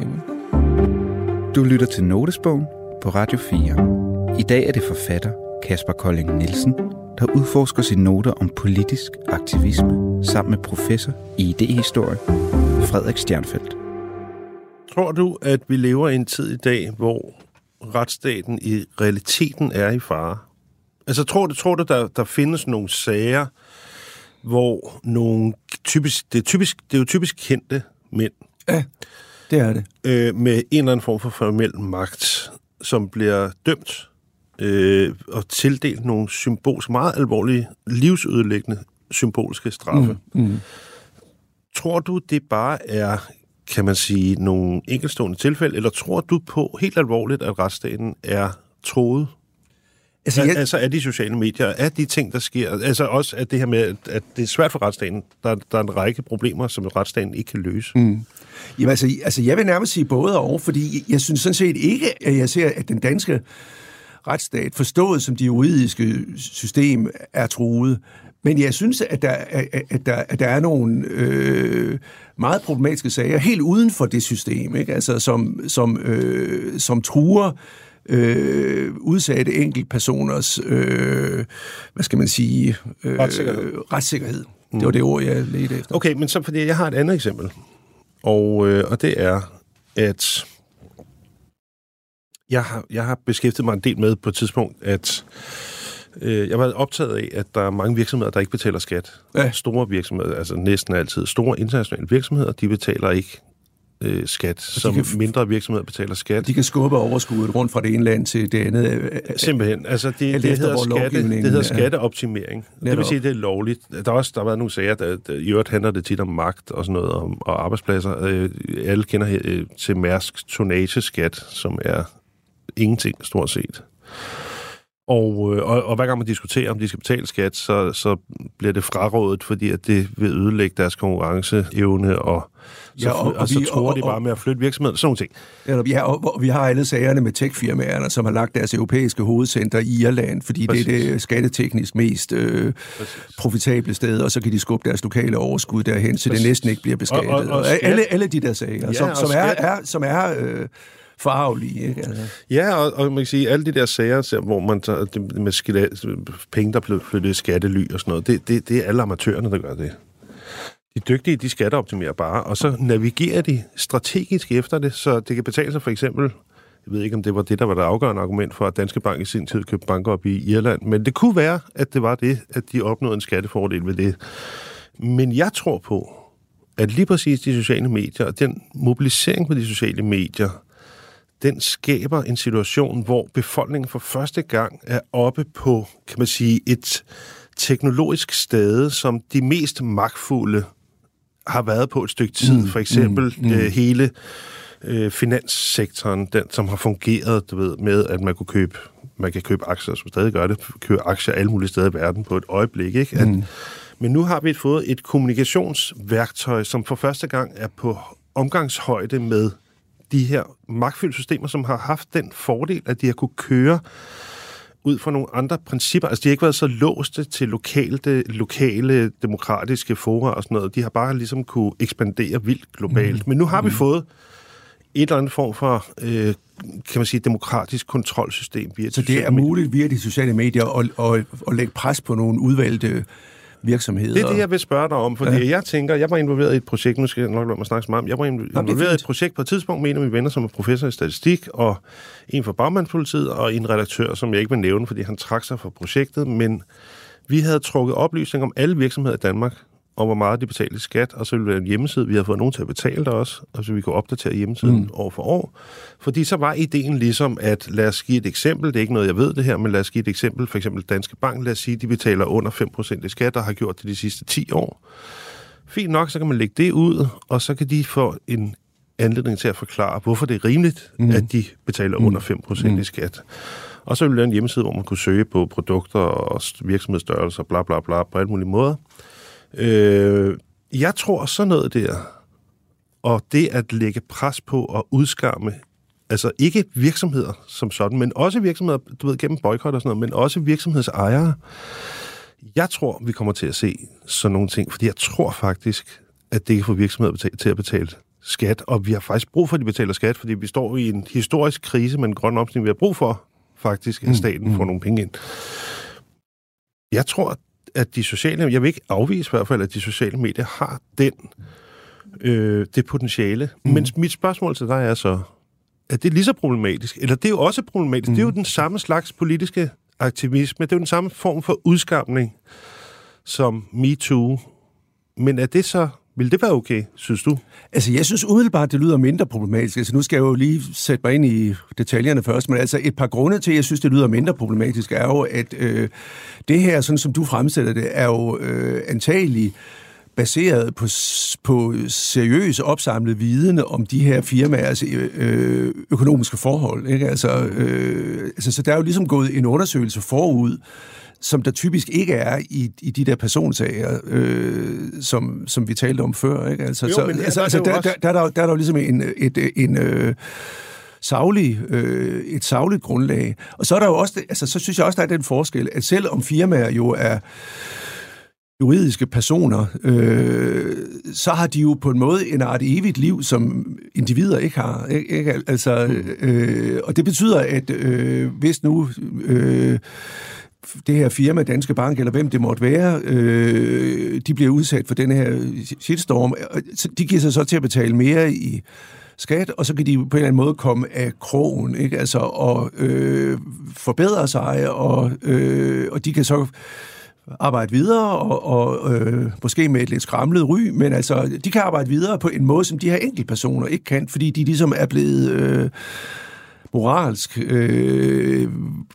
D: Du lytter til Notesbogen på Radio fire. I dag er det forfatter Kasper Colling Nielsen, der udforsker sine noter om politisk aktivisme sammen med professor i idéhistorie Frederik Stjernfeldt.
C: Tror du, at vi lever i en tid i dag, hvor retsstaten i realiteten er i fare? Altså, tror du, tror du der, der findes nogle sager, hvor nogle typisk, det er typisk, det er jo typisk kendte mænd.
E: Ja, det er det.
C: Øh, med en eller anden form for formel magt, som bliver dømt øh, og tildelt nogle symbolske, meget alvorlige, livsødelæggende symbolske straffe.
E: Mm, mm.
C: Tror du, det bare er, kan man sige, nogle enkeltstående tilfælde, eller tror du på helt alvorligt, at retsstaten er truet? Altså, jeg... altså er de sociale medier, er de ting, der sker, altså også at det her med, at det er svært for retsstaten, der, der er en række problemer, som retsstaten ikke kan løse.
E: Mm. Jamen altså, altså, jeg vil nærmest sige både og, fordi jeg synes sådan set ikke, at jeg ser, at den danske retsstat, forstået som det juridiske system, er truet. Men jeg synes, at der, at der, at der er nogle øh, meget problematiske sager helt uden for det system, ikke? Altså, som, som, øh, som truer Øh, udsatte enkeltpersoners, øh, hvad skal man sige, øh,
C: retssikkerhed.
E: retssikkerhed. Mm. Det var det ord, jeg ledte efter.
C: Okay, men så fordi jeg har et andet eksempel, og, øh, og det er, at jeg har, jeg har beskæftiget mig en del med på et tidspunkt, at øh, jeg var optaget af, at der er mange virksomheder, der ikke betaler skat.
E: Ja.
C: Store virksomheder, altså næsten altid store internationale virksomheder, de betaler ikke Øh, skat, som kan, mindre virksomheder betaler skat.
E: De kan skubbe overskuddet rundt fra det ene land til det andet.
C: Simpelthen. Altså det, det, det, hedder, skatte, det hedder skatteoptimering. Ja. Det vil sige, at det er lovligt. Der har også der har været nogle sager, der, der i øvrigt handler det tit om magt og sådan noget, om, og arbejdspladser. Øh, alle kender øh, til Mærsk tonnageskat, som er ingenting stort set. Og, øh, og, og hver gang man diskuterer, om de skal betale skat, så, så bliver det frarådet, fordi at det vil ødelægge deres konkurrenceevne, og så, ja, og, og, og så tror de bare med at flytte virksomheden, sådan nogle ting.
E: Ja, vi har, og vi har alle sagerne med tech-firmaerne, som har lagt deres europæiske hovedcenter i Irland, fordi Præcis. det er det skatteteknisk mest øh, profitable sted, og så kan de skubbe deres lokale overskud derhen, så Præcis. det næsten ikke bliver beskattet. Og, og, og skat... alle, alle de der sager, ja, som, som er, er, som er øh, forarvelige. Ikke? Altså.
C: Ja, og, og man kan sige, alle de der sager, hvor man tager det med skila, penge, der bliver flyttet i skattely og sådan noget, det, det, det er alle amatørerne, der gør det. De dygtige, de skatteoptimerer bare, og så navigerer de strategisk efter det, så det kan betale sig for eksempel, jeg ved ikke, om det var det, der var det afgørende argument for, at Danske Bank i sin tid købte banker op i Irland, men det kunne være, at det var det, at de opnåede en skattefordel ved det. Men jeg tror på, at lige præcis de sociale medier, og den mobilisering på de sociale medier, den skaber en situation, hvor befolkningen for første gang er oppe på, kan man sige, et teknologisk stade, som de mest magtfulde har været på et stykke tid. Mm, for eksempel mm, mm. Øh, hele øh, finanssektoren, den som har fungeret, du ved, med at man kunne købe, man kan købe aktier, som stadig gør det, købe aktier alle mulige steder i verden på et øjeblik, ikke? At, mm. Men nu har vi fået et kommunikationsværktøj, som for første gang er på omgangshøjde med de her magtfyldte systemer, som har haft den fordel, at de har kunne køre ud fra nogle andre principper. Altså, de har ikke været så låste til lokale, lokale demokratiske fora og sådan noget. De har bare ligesom kunne ekspandere vildt globalt. Mm. Men nu har vi fået et eller andet form for, øh, kan man sige, demokratisk kontrolsystem via
E: Så det er muligt via de sociale medier at, at, at lægge pres på nogle udvalgte virksomheder.
C: Det er det, jeg vil spørge dig om, fordi ja. jeg tænker, jeg var involveret i et projekt, nu skal jeg nok lade mig snakke så meget om, jeg var involveret i et projekt på et tidspunkt med en af mine venner, som er professor i statistik, og en fra Bagmandspolitiet, og en redaktør, som jeg ikke vil nævne, fordi han trak sig fra projektet, men vi havde trukket oplysninger om alle virksomheder i Danmark, og hvor meget de betalte i skat, og så ville det være en hjemmeside. Vi havde fået nogen til at betale det også, og så vi kunne opdatere hjemmesiden mm. år for år. Fordi så var ideen ligesom, at lad os give et eksempel, det er ikke noget, jeg ved det her, men lad os give et eksempel, for eksempel Danske Bank, lad os sige, de betaler under fem procent i skat, og har gjort det de sidste ti år. Fint nok, så kan man lægge det ud, og så kan de få en anledning til at forklare, hvorfor det er rimeligt, mm. at de betaler mm. under fem procent mm. i skat. Og så ville det være en hjemmeside, hvor man kunne søge på produkter og virksomhedsstørrelser, bla bla bla, på alle mulige måder. Øh, jeg tror sådan noget der, og det at lægge pres på og udskamme, altså ikke virksomheder som sådan, men også virksomheder, du ved, gennem boykot og sådan noget, men også virksomhedsejere. Jeg tror, vi kommer til at se sådan nogle ting, fordi jeg tror faktisk, at det kan få virksomheder til at betale skat, og vi har faktisk brug for, at de betaler skat, fordi vi står i en historisk krise med en grøn omstilling, vi har brug for faktisk, at staten mm. får nogle penge ind. Jeg tror, at de sociale, jeg vil ikke afvise i hvert fald, at de sociale medier har den, øh, det potentiale. Mm. Men mit spørgsmål til dig er så, er det lige så problematisk? Eller det er jo også problematisk. Mm. Det er jo den samme slags politiske aktivisme. Det er jo den samme form for udskamning som MeToo. Men er det så, vil det være okay, synes du?
E: Altså, jeg synes umiddelbart, det lyder mindre problematisk. Altså, nu skal jeg jo lige sætte mig ind i detaljerne først, men altså et par grunde til, at jeg synes, det lyder mindre problematisk, er jo, at øh, det her, sådan som du fremsætter det, er jo øh, antageligt baseret på, på seriøs opsamlet viden om de her firmaers øh, økonomiske forhold. Ikke? Altså, øh, altså, så der er jo ligesom gået en undersøgelse forud, som der typisk ikke er i, i de der personsager, øh, som, som vi talte om før. Ikke? Altså,
C: jo,
E: så,
C: men
E: altså, altså, der, der, der, der, der er der jo ligesom en, et, en øh, saglig, øh, et sagligt grundlag. Og så er der jo også, altså, så synes jeg også, der er den forskel, at selvom firmaer jo er juridiske personer, øh, så har de jo på en måde en art evigt liv, som individer ikke har. Ikke? Ikke? Altså, øh, og det betyder, at øh, hvis nu øh, det her firma, Danske Bank, eller hvem det måtte være, øh, de bliver udsat for den her shitstorm, de giver sig så til at betale mere i skat, og så kan de på en eller anden måde komme af krogen, ikke? Altså, og øh, forbedre sig, og, øh, og de kan så arbejde videre, og, og øh, måske med et lidt skramlet ry, men altså, de kan arbejde videre på en måde, som de her enkeltpersoner ikke kan, fordi de ligesom er blevet øh, moralsk øh,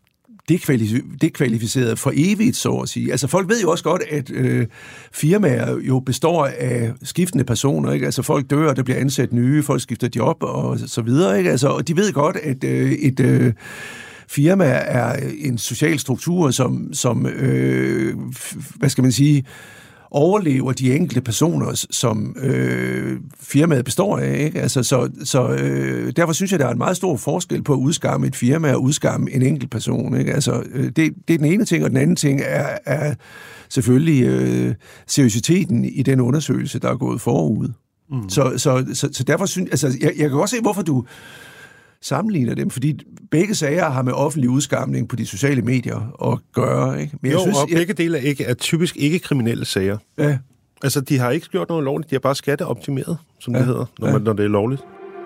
E: dekvalificeret for evigt, så at sige. Altså, folk ved jo også godt, at øh, firmaer jo består af skiftende personer, ikke? Altså, folk dør, der bliver ansat nye, folk skifter job, og så videre, ikke? Altså, og de ved godt, at øh, et øh, firma er en social struktur, som, som øh, hvad skal man sige, overlever de enkelte personer, som øh, firmaet består af. Ikke? Altså, så så øh, derfor synes jeg, der er en meget stor forskel på at udskamme et firma og udskamme en enkelt person. Ikke? Altså, øh, det, det er den ene ting, og den anden ting er, er selvfølgelig øh, seriøsiteten i den undersøgelse, der er gået forud. Mm. Så, så, så, så derfor synes altså, jeg, jeg kan også se, hvorfor du sammenligner dem, fordi begge sager har med offentlig udskamning på de sociale medier at gøre. Ikke?
C: Men jo, jeg synes, og begge jeg... dele er, ikke, er typisk ikke kriminelle sager.
E: Ja.
C: Altså, de har ikke gjort noget lovligt, de har bare skatteoptimeret, som ja. det hedder, når, ja. man, når det er lovligt.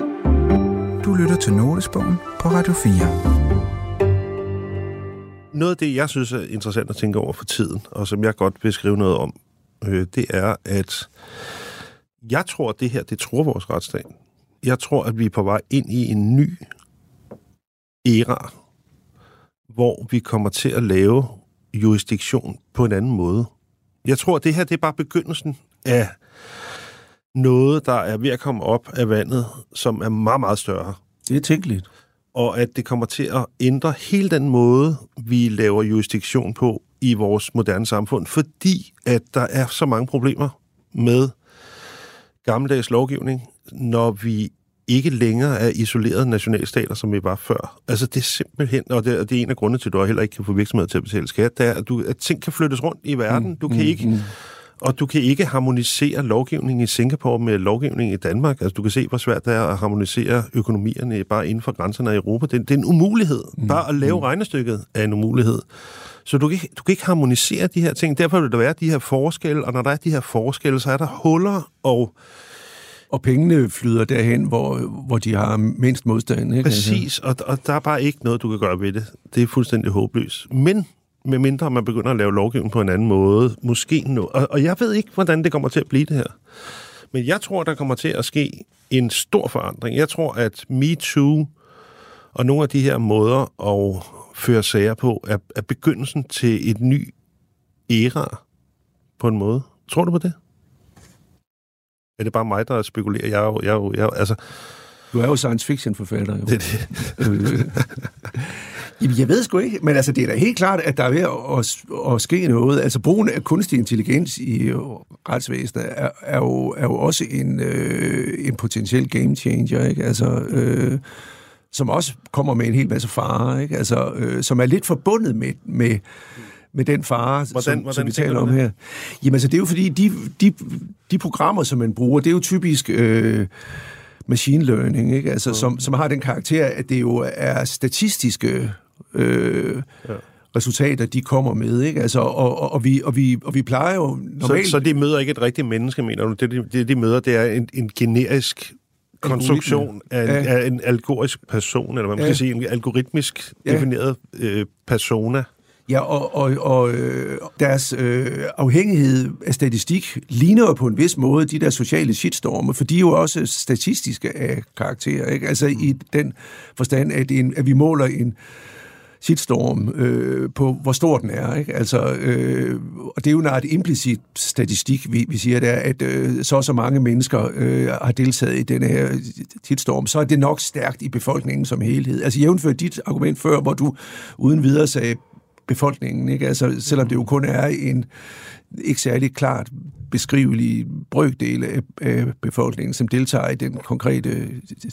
D: Du lytter til Notesbogen på Radio fire.
C: Noget af det, jeg synes er interessant at tænke over for tiden, og som jeg godt vil skrive noget om, øh, det er, at jeg tror, at det her, det tror vores retsstat. Jeg tror, at vi er på vej ind i en ny æra, hvor vi kommer til at lave jurisdiktion på en anden måde. Jeg tror, at det her det er bare begyndelsen af noget, der er ved at komme op af vandet, som er meget, meget større.
E: Det er tænkeligt.
C: Og at det kommer til at ændre hele den måde, vi laver jurisdiktion på i vores moderne samfund, fordi at der er så mange problemer med gammeldags lovgivning, når vi ikke længere er isolerede nationalstater, som vi var før. Altså, det er simpelthen, og det er, det er en af grundene til, at du heller ikke kan få virksomheder til at betale skat, det er, at, du, at ting kan flyttes rundt i verden. Du kan ikke Og du kan ikke harmonisere lovgivningen i Singapore med lovgivningen i Danmark. Altså, du kan se, hvor svært det er at harmonisere økonomierne bare inden for grænserne af Europa. Det, det er en umulighed. Mm. Bare at lave mm. regnestykket er en umulighed. Så du kan, ikke, du kan ikke harmonisere de her ting. Derfor vil der være de her forskelle, og når der er de her forskelle, så er der huller og...
E: Og pengene flyder derhen, hvor, hvor de har mindst modstand. Ikke?
C: Præcis, og, og der er bare ikke noget, du kan gøre ved det. Det er fuldstændig håbløst. Men med mindre man begynder at lave lovgivning på en anden måde, måske noget. Og, og jeg ved ikke, hvordan det kommer til at blive det her. Men jeg tror, der kommer til at ske en stor forandring. Jeg tror, at MeToo og nogle af de her måder at føre sager på, er, er begyndelsen til et ny æra på en måde. Tror du på det? Er det bare mig, der spekulerer? Jeg er jo... Jeg er jo, jeg er, altså...
E: Du er jo science fiction-forfatter, jo.
C: Det er det.
E: Jamen, jeg ved sgu ikke, men altså, det er da helt klart, at der er ved at, at, at ske noget. Altså, brugen af kunstig intelligens i retsvæsenet er, er, jo, er jo også en, øh, en potentiel game changer, ikke? Altså, øh, som også kommer med en hel masse farer, ikke? Altså, øh, som er lidt forbundet med... med med den fare, hvordan, som, hvordan som vi taler om her. Jamen altså, det er jo fordi, de, de, de programmer, som man bruger, det er jo typisk øh, machine learning, ikke? Altså, okay. som, som har den karakter, at det jo er statistiske øh, ja. resultater, de kommer med, ikke? Altså, og, og, og, vi, og, vi, og vi plejer jo normalt...
C: Så, så de møder ikke et rigtigt menneske, mener du? Det, de, det, de møder, det er en, en generisk konstruktion af en, ja. af en algorisk person, eller hvad man ja. skal sige, en algoritmisk ja. defineret øh, persona.
E: Ja, og, og, og øh, deres øh, afhængighed af statistik ligner jo på en vis måde de der sociale shitstorme, for de er jo også statistiske af karakter, ikke? Altså i den forstand, at, en, at vi måler en shitstorm øh, på, hvor stor den er, ikke? Altså, øh, og det er jo en implicit statistik, vi, vi siger der, at øh, så og så mange mennesker øh, har deltaget i den her shitstorm, så er det nok stærkt i befolkningen som helhed. Altså jævnført dit argument før, hvor du uden videre sagde, befolkningen, ikke? Altså, selvom det jo kun er en ikke særlig klart beskrivelig brøkdel af, af befolkningen, som deltager i den konkrete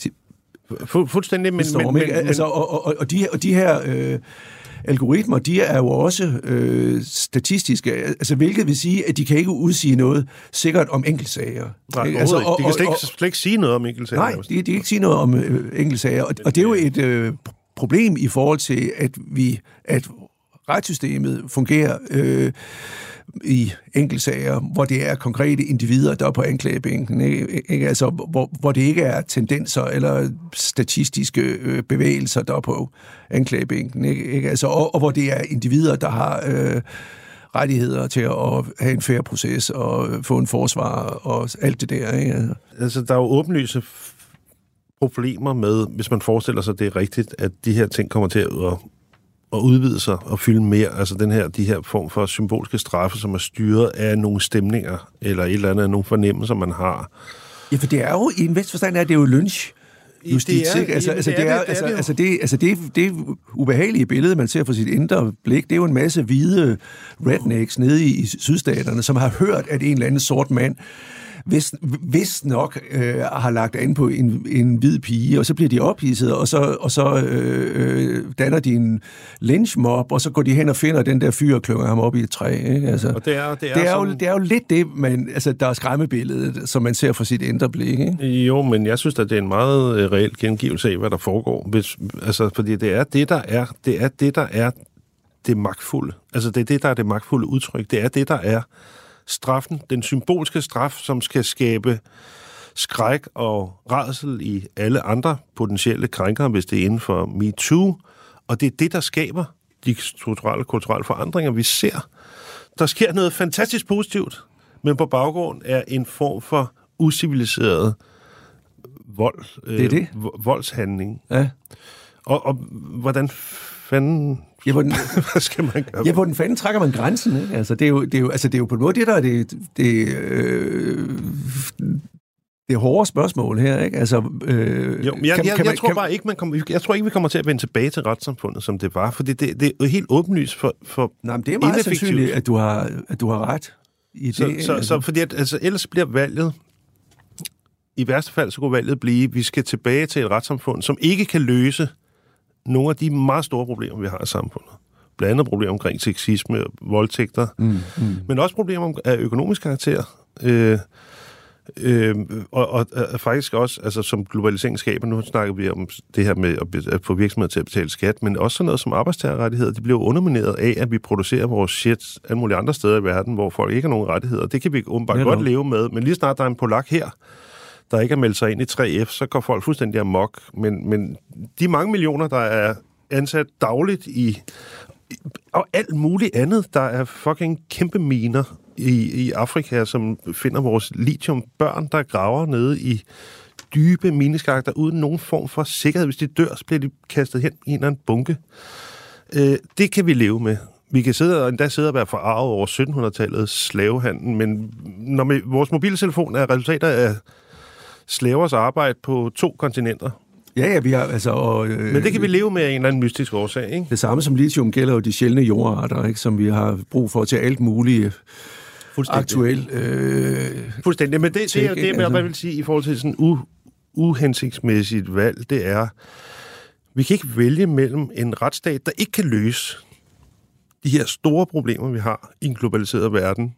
C: Fu- fuldstændig, men...
E: storm,
C: men,
E: men
C: altså,
E: og, og, og, de, og de her øh, algoritmer, de er jo også øh, statistiske, altså hvilket vil sige, at de kan ikke udsige noget sikkert om enkeltsager.
C: Nej, altså, og, de kan slet ikke, slet ikke sige noget om enkeltsager.
E: Nej, de, de kan ikke sige noget om øh, enkeltsager, og, og det er jo et øh, problem i forhold til, at vi... at retssystemet fungerer øh, i enkeltsager, hvor det er konkrete individer, der er på anklagebænken, ikke? Ikke? Altså, hvor, hvor det ikke er tendenser eller statistiske øh, bevægelser, der er på anklagebænken, ikke? Ikke? Altså, og, og hvor det er individer, der har øh, rettigheder til at have en fair proces og få en forsvar og alt det der. Ikke?
C: Altså, der er jo åbenlyse problemer med, hvis man forestiller sig, det er rigtigt, at de her ting kommer til at og udvide sig og fylde mere, altså den her, de her form for symbolske straffe, som er styret af nogle stemninger, eller et eller andet, nogle fornemmelser, man har.
E: Ja, for det er jo, i en vis forstand er det jo lynch. Justits, det er, altså, altså, det er, altså, altså, det, altså det, det ubehagelige billede, man ser fra sit indre blik, det er jo en masse hvide rednecks nede i, i sydstaterne, som har hørt, at en eller anden sort mand Hvis, hvis nok øh, har lagt an på en, en hvid pige, og så bliver de ophidset, og så, og så øh, danner de en lynchmob, og så går de hen og finder den der fyr og klynger ham op i et træ. Ikke? Altså,
C: og det er, det er,
E: det er,
C: som...
E: jo, det er jo lidt det, man, altså, der er skræmmebilledet, som man ser fra sit indre blik. Ikke?
C: Jo, men jeg synes, at det er en meget reel gengivelse af, hvad der foregår. Hvis, altså, fordi det er det, der er det, er det, der er det magtfulde. Altså, det er det, der er det magtfulde udtryk. Det er det, der er straffen, den symbolske straf, som skal skabe skræk og rædsel i alle andre potentielle krænkere, hvis det er inden for MeToo. Og det er det, der skaber de strukturelle kulturelle forandringer, vi ser. Der sker noget fantastisk positivt, men på baggrund af en form for uciviliseret vold,
E: det er det.
C: Øh, voldshandling.
E: Ja.
C: Og, og hvordan fanden...
E: Ja, hvordan,
C: hvad skal man gøre?
E: Ja, hvordan fanden trækker man grænsen? Ikke? Altså, det er jo, det er jo, altså, det er jo på en måde det, der er det, det, øh, det hårde spørgsmål her, ikke? Altså, øh,
C: jo, jeg,
E: kan,
C: jeg,
E: kan man,
C: jeg tror
E: kan,
C: bare ikke, man kommer, jeg tror ikke, vi kommer til at vende tilbage til retssamfundet, som det var, for det, det, det er helt åbenlyst for, for
E: nej, men det er meget sandsynligt, at du har, at du har ret i
C: så,
E: det.
C: Så,
E: altså.
C: så fordi at, altså, ellers bliver valget, i værste fald, så kunne valget blive, at vi skal tilbage til et retssamfund, som ikke kan løse nogle af de meget store problemer, vi har i samfundet. blandt andet problemer omkring sexisme og voldtægter, mm, mm. men også problemer af økonomisk karakter. Øh, øh, og, og, og faktisk også, altså som globalisering skaber, nu snakker vi om det her med at, at få virksomheder til at betale skat, men også sådan noget som arbejdstagerrettigheder, de bliver undermineret af, at vi producerer vores shit alle mulige andre steder i verden, hvor folk ikke har nogen rettigheder. Det kan vi åbenbart ja, godt no. leve med, men lige snart der er en polak her, der ikke har meldt sig ind i tre F, så går folk fuldstændig amok. Men, men de mange millioner, der er ansat dagligt i og alt muligt andet, der er fucking kæmpe miner i, i Afrika, som finder vores lithiumbørn, der graver nede i dybe mineskakter uden nogen form for sikkerhed. Hvis de dør, så bliver de kastet hen i en eller anden bunke. Øh, det kan vi leve med. Vi kan sidde og endda sidde og være forarvet over syttenhundredetallets slavehandel, men når vi, vores mobiltelefon er resultater af slavers arbejde på to kontinenter.
E: Ja, ja, vi har altså... Og, øh,
C: Men det kan vi leve med af en eller anden mystisk årsag, ikke?
E: Det samme som lithium gælder jo de sjældne jordarter, ikke? Som vi har brug for til alt muligt aktuelt. Øh,
C: Fuldstændig. Men det, det er jo det, altså. Man vil sige i forhold til sådan u, uhensigtsmæssigt valg, det er, vi kan ikke vælge mellem en retsstat, der ikke kan løse de her store problemer, vi har i en globaliseret verden,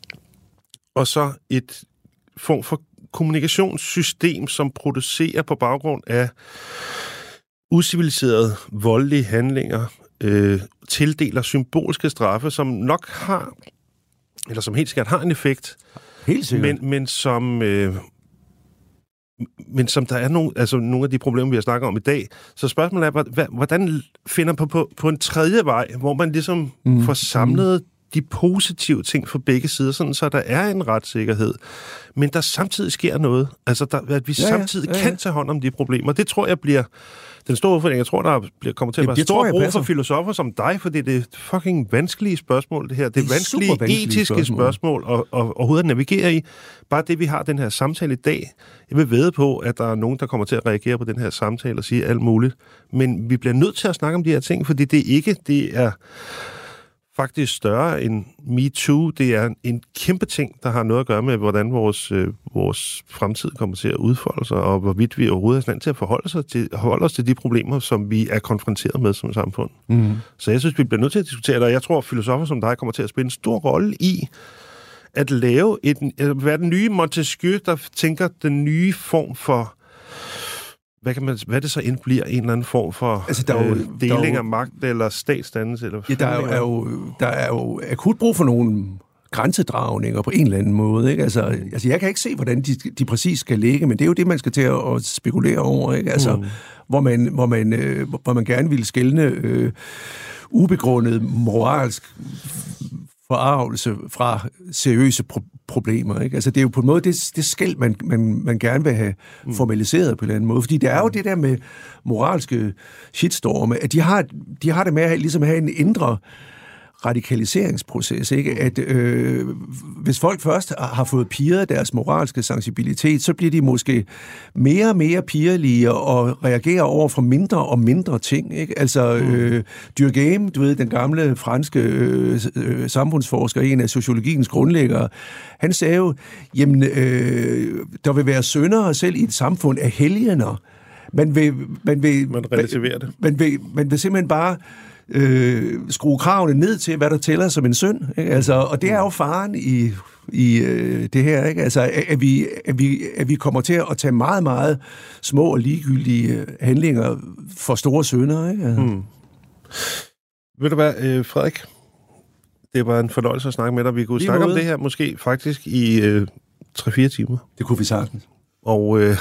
C: og så et form for kommunikationssystem, som producerer på baggrund af usiviliserede, voldelige handlinger, øh, tildeler symbolske straffe, som nok har, eller som helt sikkert har en effekt,
E: helt sikkert.
C: Men, men som... Øh, men som der er nogle, altså nogle af de problemer, vi har snakket om i dag. Så spørgsmålet er, hvordan finder man på, på, på en tredje vej, hvor man ligesom mm. får samlet mm. de positive ting fra begge sider, sådan så der er en retssikkerhed, men der samtidig sker noget. Altså, der, at vi ja, samtidig ja, ja. kan tage hånd om de problemer. Det tror jeg bliver den store udfordring. Jeg tror, der bliver, kommer til at være stor brug for filosofer som dig, fordi det er fucking vanskelige spørgsmål, det her. Det, det er vanskelige, vanskelige etiske spørgsmål, spørgsmål og, og, overhovedet at navigere i. Bare det, vi har den her samtale i dag. Jeg vil vædde på, at der er nogen, der kommer til at reagere på den her samtale og sige alt muligt. Men vi bliver nødt til at snakke om de her ting, fordi det ikke, det er faktisk større end MeToo. Det er en kæmpe ting, der har noget at gøre med, hvordan vores, øh, vores fremtid kommer til at udfolde sig, og hvorvidt vi overhovedet er i stand til at forholde, sig til, forholde os til de problemer, som vi er konfronteret med som samfund. Mm. Så jeg synes, vi bliver nødt til at diskutere det, og jeg tror, at filosofer som dig kommer til at spille en stor rolle i at lave et, at være den nye Montesquieu, der tænker den nye form for Hvad, kan man, hvad det så end bliver en eller anden form for altså, der er jo, øh, deling der er jo, af magt eller statsdannelse? Eller
E: ja, der er, jo, er jo, der er jo akut brug for nogle grænsedragninger på en eller anden måde. Ikke? Altså, mm. altså, jeg kan ikke se, hvordan de, de præcis skal ligge, men det er jo det, man skal til at, at spekulere over. Ikke? Altså, mm. hvor, man, hvor, man, øh, hvor man gerne vil skelne øh, ubegrundet moralsk forarvelse fra seriøse pro- problemer. Ikke? Altså, det er jo på en måde det, det skel, man, man, man gerne vil have formaliseret på en eller anden måde. Fordi det er jo det der med moralske shitstorme, at de har, de har det med at ligesom have en indre radikaliseringsproces, ikke? At øh, hvis folk først har fået pirret deres moralske sensibilitet, så bliver de måske mere og mere pirlige og reagerer over for mindre og mindre ting, ikke? Altså, øh, Durkheim, du ved, den gamle franske øh, øh, samfundsforsker, en af sociologiens grundlæggere, han sagde jo, jamen, øh, der vil være syndere selv i et samfund af helgener. Man vil, man vil,
C: man relativerer det.
E: Man vil, man vil simpelthen bare Øh, skrue kravene ned til, hvad der tæller som en synd. Ikke? Altså, og det er jo faren i, i øh, det her. Ikke? Altså, at, at, vi, at, vi, at vi kommer til at tage meget, meget små og ligegyldige handlinger for store synder. Ikke? Altså. Mm.
C: Ved du hvad, øh, Frederik? Det var en fornøjelse at snakke med dig. Vi kunne Lige snakke måde. om det her måske faktisk i øh, tre fire timer.
E: Det kunne vi sagtens.
C: Og, øh,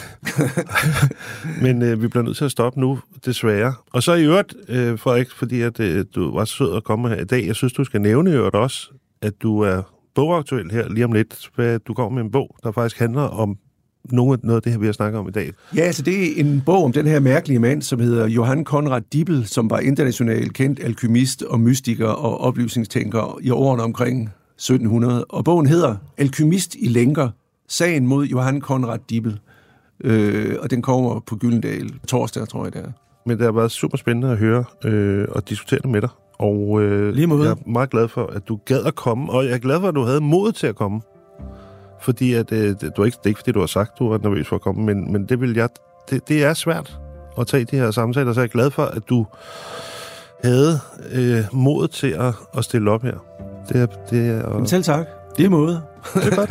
C: men øh, vi bliver nødt til at stoppe nu, desværre. Og så i øvrigt, øh, Frederik, fordi at, øh, du var så sød at komme her i dag, jeg synes, du skal nævne i øvrigt også, at du er bogaktuel her lige om lidt. Hvad, du kommer med en bog, der faktisk handler om noget, noget af det her, vi har snakket om i dag.
E: Ja, altså det er en bog om den her mærkelige mand, som hedder Johann Conrad Dippel, som var internationalt kendt alkymist og mystiker og oplysningstænker i årene omkring sytten hundrede. Og bogen hedder Alkymist i lænker. Sagen mod Johann Conrad Dippel. Øh, og den kommer på Gyldendal torsdag, tror jeg, det er.
C: Men det har været super spændende at høre øh, og diskutere det med dig. Og øh, jeg er meget glad for, at du gad at komme. Og jeg er glad for, at du havde mod til at komme. Fordi at, øh, det, var ikke, det er ikke, fordi du har sagt, du var nervøs for at komme. Men, men det vil jeg... Det, det er svært at tage de her samtaler, så jeg er glad for, at du havde øh, modet til at, at stille op her. Det er, det er, og...
E: Selv tak. Det er måde.
C: Det er godt.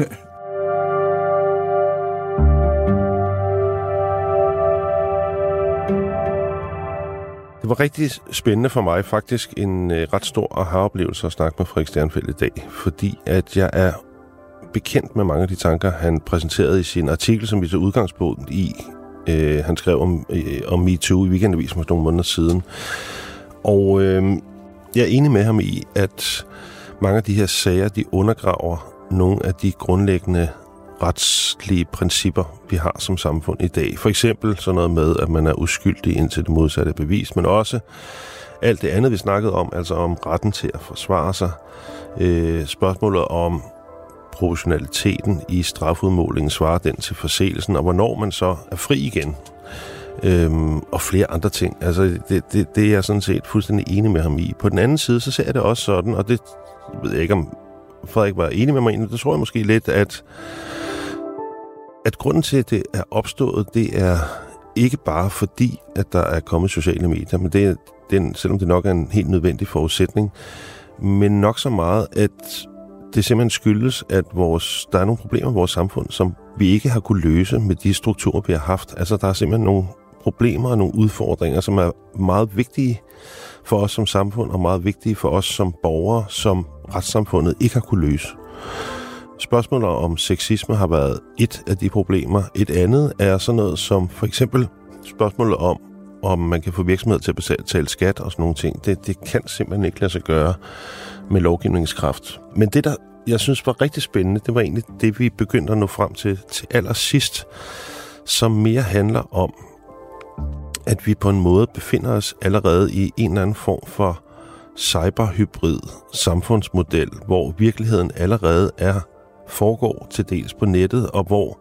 C: Det var rigtig spændende for mig, faktisk en øh, ret stor aha-oplevelse at snakke med Frederik Stjernfelt i dag, fordi at jeg er bekendt med mange af de tanker, han præsenterede i sin artikel, som vi så udgangspunkt i. Øh, han skrev om, øh, om MeToo i Weekendavisen for nogle måneder siden. Og øh, jeg er enig med ham i, at mange af de her sager, de undergraver nogle af de grundlæggende retslige principper, vi har som samfund i dag. For eksempel sådan noget med, at man er uskyldig indtil det modsatte er bevist, men også alt det andet, vi snakkede om, altså om retten til at forsvare sig, øh, spørgsmålet om proportionaliteten i strafudmålingen, svarer den til forseelsen, og hvornår man så er fri igen, øhm, og flere andre ting. Altså, det, det, det er jeg sådan set fuldstændig enig med ham i. På den anden side, så ser jeg det også sådan, og det ved jeg ikke, om Frederik var enig med mig i, det tror jeg måske lidt, at, at grunden til, at det er opstået, det er ikke bare fordi, at der er kommet sociale medier, men det er, den, selvom det nok er en helt nødvendig forudsætning, men nok så meget, at det simpelthen skyldes, at vores, der er nogle problemer i vores samfund, som vi ikke har kunne løse med de strukturer, vi har haft. Altså, der er simpelthen nogle problemer og nogle udfordringer, som er meget vigtige for os som samfund, og meget vigtige for os som borgere, som retssamfundet ikke har kunne løse. Spørgsmålet om sexisme har været et af de problemer. Et andet er sådan noget som for eksempel spørgsmålet om, om man kan få virksomheder til at betale skat og sådan nogle ting. Det, det kan simpelthen ikke lade sig gøre med lovgivningskraft. Men det, der jeg synes var rigtig spændende, det var egentlig det, vi begyndte at nå frem til til allersidst, som mere handler om, at vi på en måde befinder os allerede i en eller anden form for cyberhybrid samfundsmodel, hvor virkeligheden allerede er foregår til dels på nettet, og hvor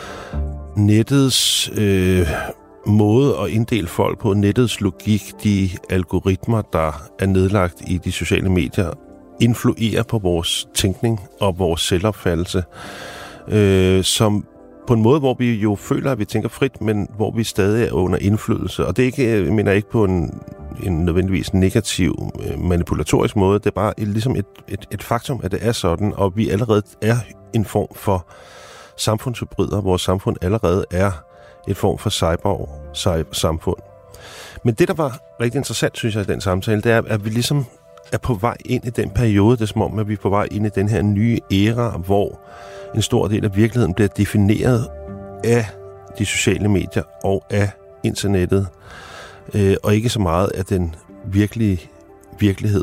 C: nettets øh, måde at inddele folk på, nettets logik, de algoritmer, der er nedlagt i de sociale medier, influerer på vores tænkning og vores selvopfattelse, øh, som på en måde, hvor vi jo føler, at vi tænker frit, men hvor vi stadig er under indflydelse. Og det er ikke, jeg mener ikke på en, en nødvendigvis negativ, manipulatorisk måde. Det er bare ligesom et, et, et faktum, at det er sådan, og vi allerede er en form for samfundshybrider. Vores samfund allerede er et form for cyber-samfund. Men det, der var rigtig interessant, synes jeg, i den samtale, det er, at vi ligesom er på vej ind i den periode. Det er som om, at vi er på vej ind i den her nye æra, hvor en stor del af virkeligheden bliver defineret af de sociale medier og af internettet, øh, og ikke så meget af den virkelige virkelighed.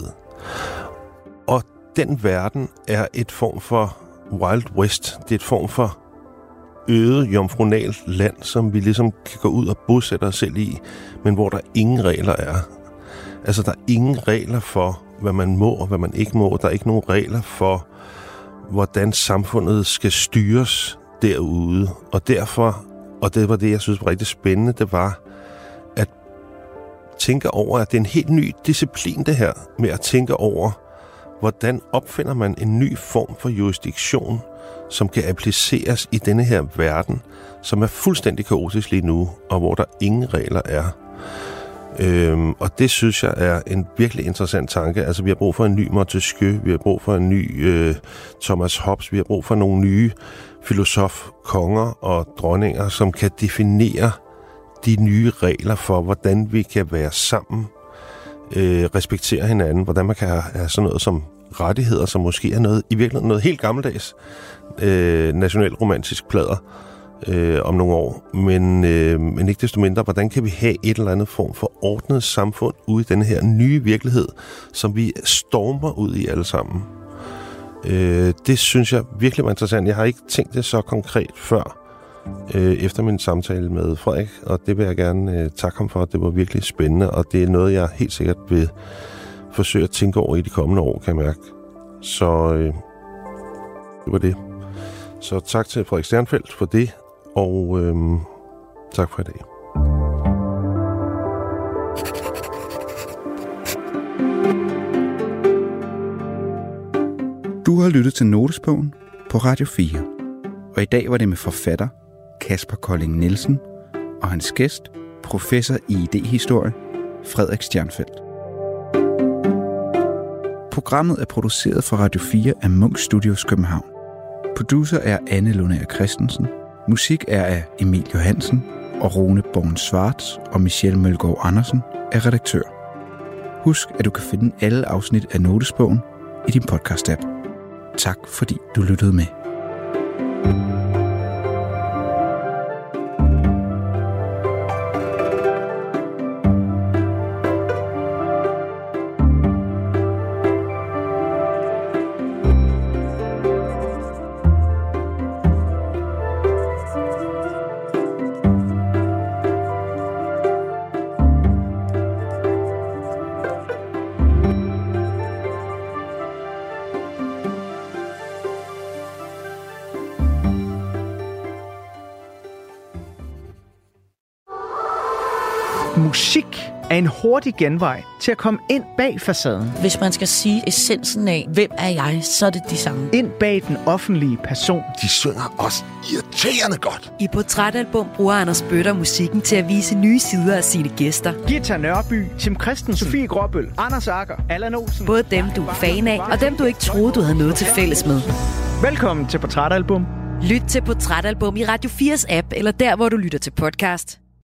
C: Og den verden er et form for Wild West. Det er et form for øde, jomfrunalt land, som vi ligesom kan gå ud og bosætte os selv i, men hvor der ingen regler er. Altså, der er ingen regler for, hvad man må og hvad man ikke må. Der er ikke nogen regler for, hvordan samfundet skal styres derude. Og derfor, og det var det, jeg synes var rigtig spændende, det var at tænke over, at det er en helt ny disciplin, det her, med at tænke over, hvordan opfinder man en ny form for jurisdiktion, som kan appliceres i denne her verden, som er fuldstændig kaotisk lige nu, og hvor der ingen regler er. Øhm, og det synes jeg er en virkelig interessant tanke. Altså, vi har brug for en ny Montesquieu, vi har brug for en ny øh, Thomas Hobbes, vi har brug for nogle nye filosof-konger og dronninger, som kan definere de nye regler for, hvordan vi kan være sammen, øh, respektere hinanden, hvordan man kan have, have sådan noget som rettigheder, som måske er noget, i virkeligheden noget helt gammeldags, øh, nationalromantisk plader, Øh, om nogle år, men, øh, men ikke desto mindre, hvordan kan vi have et eller andet form for ordnet samfund ude i denne her nye virkelighed, som vi stormer ud i alle sammen. Øh, det synes jeg virkelig var interessant. Jeg har ikke tænkt det så konkret før, øh, efter min samtale med Frederik, og det vil jeg gerne øh, takke ham for. Det var virkelig spændende, og det er noget, jeg helt sikkert vil forsøge at tænke over i de kommende år, kan jeg mærke. Så øh, det var det. Så tak til Frederik Stjernfelt for det, og øhm, tak for i dag.
D: Du har lyttet til Notesbogen på Radio fire, og i dag var det med forfatter Kasper Colling Nielsen og hans gæst, professor i idéhistorie Frederik Stjernfelt. Programmet er produceret for Radio fire af Munch Studios København. Producer er Anne Lundager Christensen. Musik er af Emil Johansen, og Rune Born Schwartz og Michelle Mølgaard Andersen er redaktør. Husk, at du kan finde alle afsnit af Notesbogen i din podcast-app. Tak fordi du lyttede med.
F: Musik er en hurtig genvej til at komme ind bag facaden.
G: Hvis man skal sige essensen af, hvem er jeg, så er det de samme.
F: Ind bag den offentlige person.
H: De synger også irriterende godt.
B: I Portrætalbum bruger Anders Bøtter musikken til at vise nye sider af sine gæster.
F: Gita Nørby, Tim Christensen, Sofie Gråbøl, Anders Agger, Allan Olsen.
B: Både dem, du er fan af, og dem, du ikke troede, du havde noget til fælles med.
F: Velkommen til Portrætalbum.
B: Lyt til Portrætalbum i Radio fires app, eller der, hvor du lytter til podcast.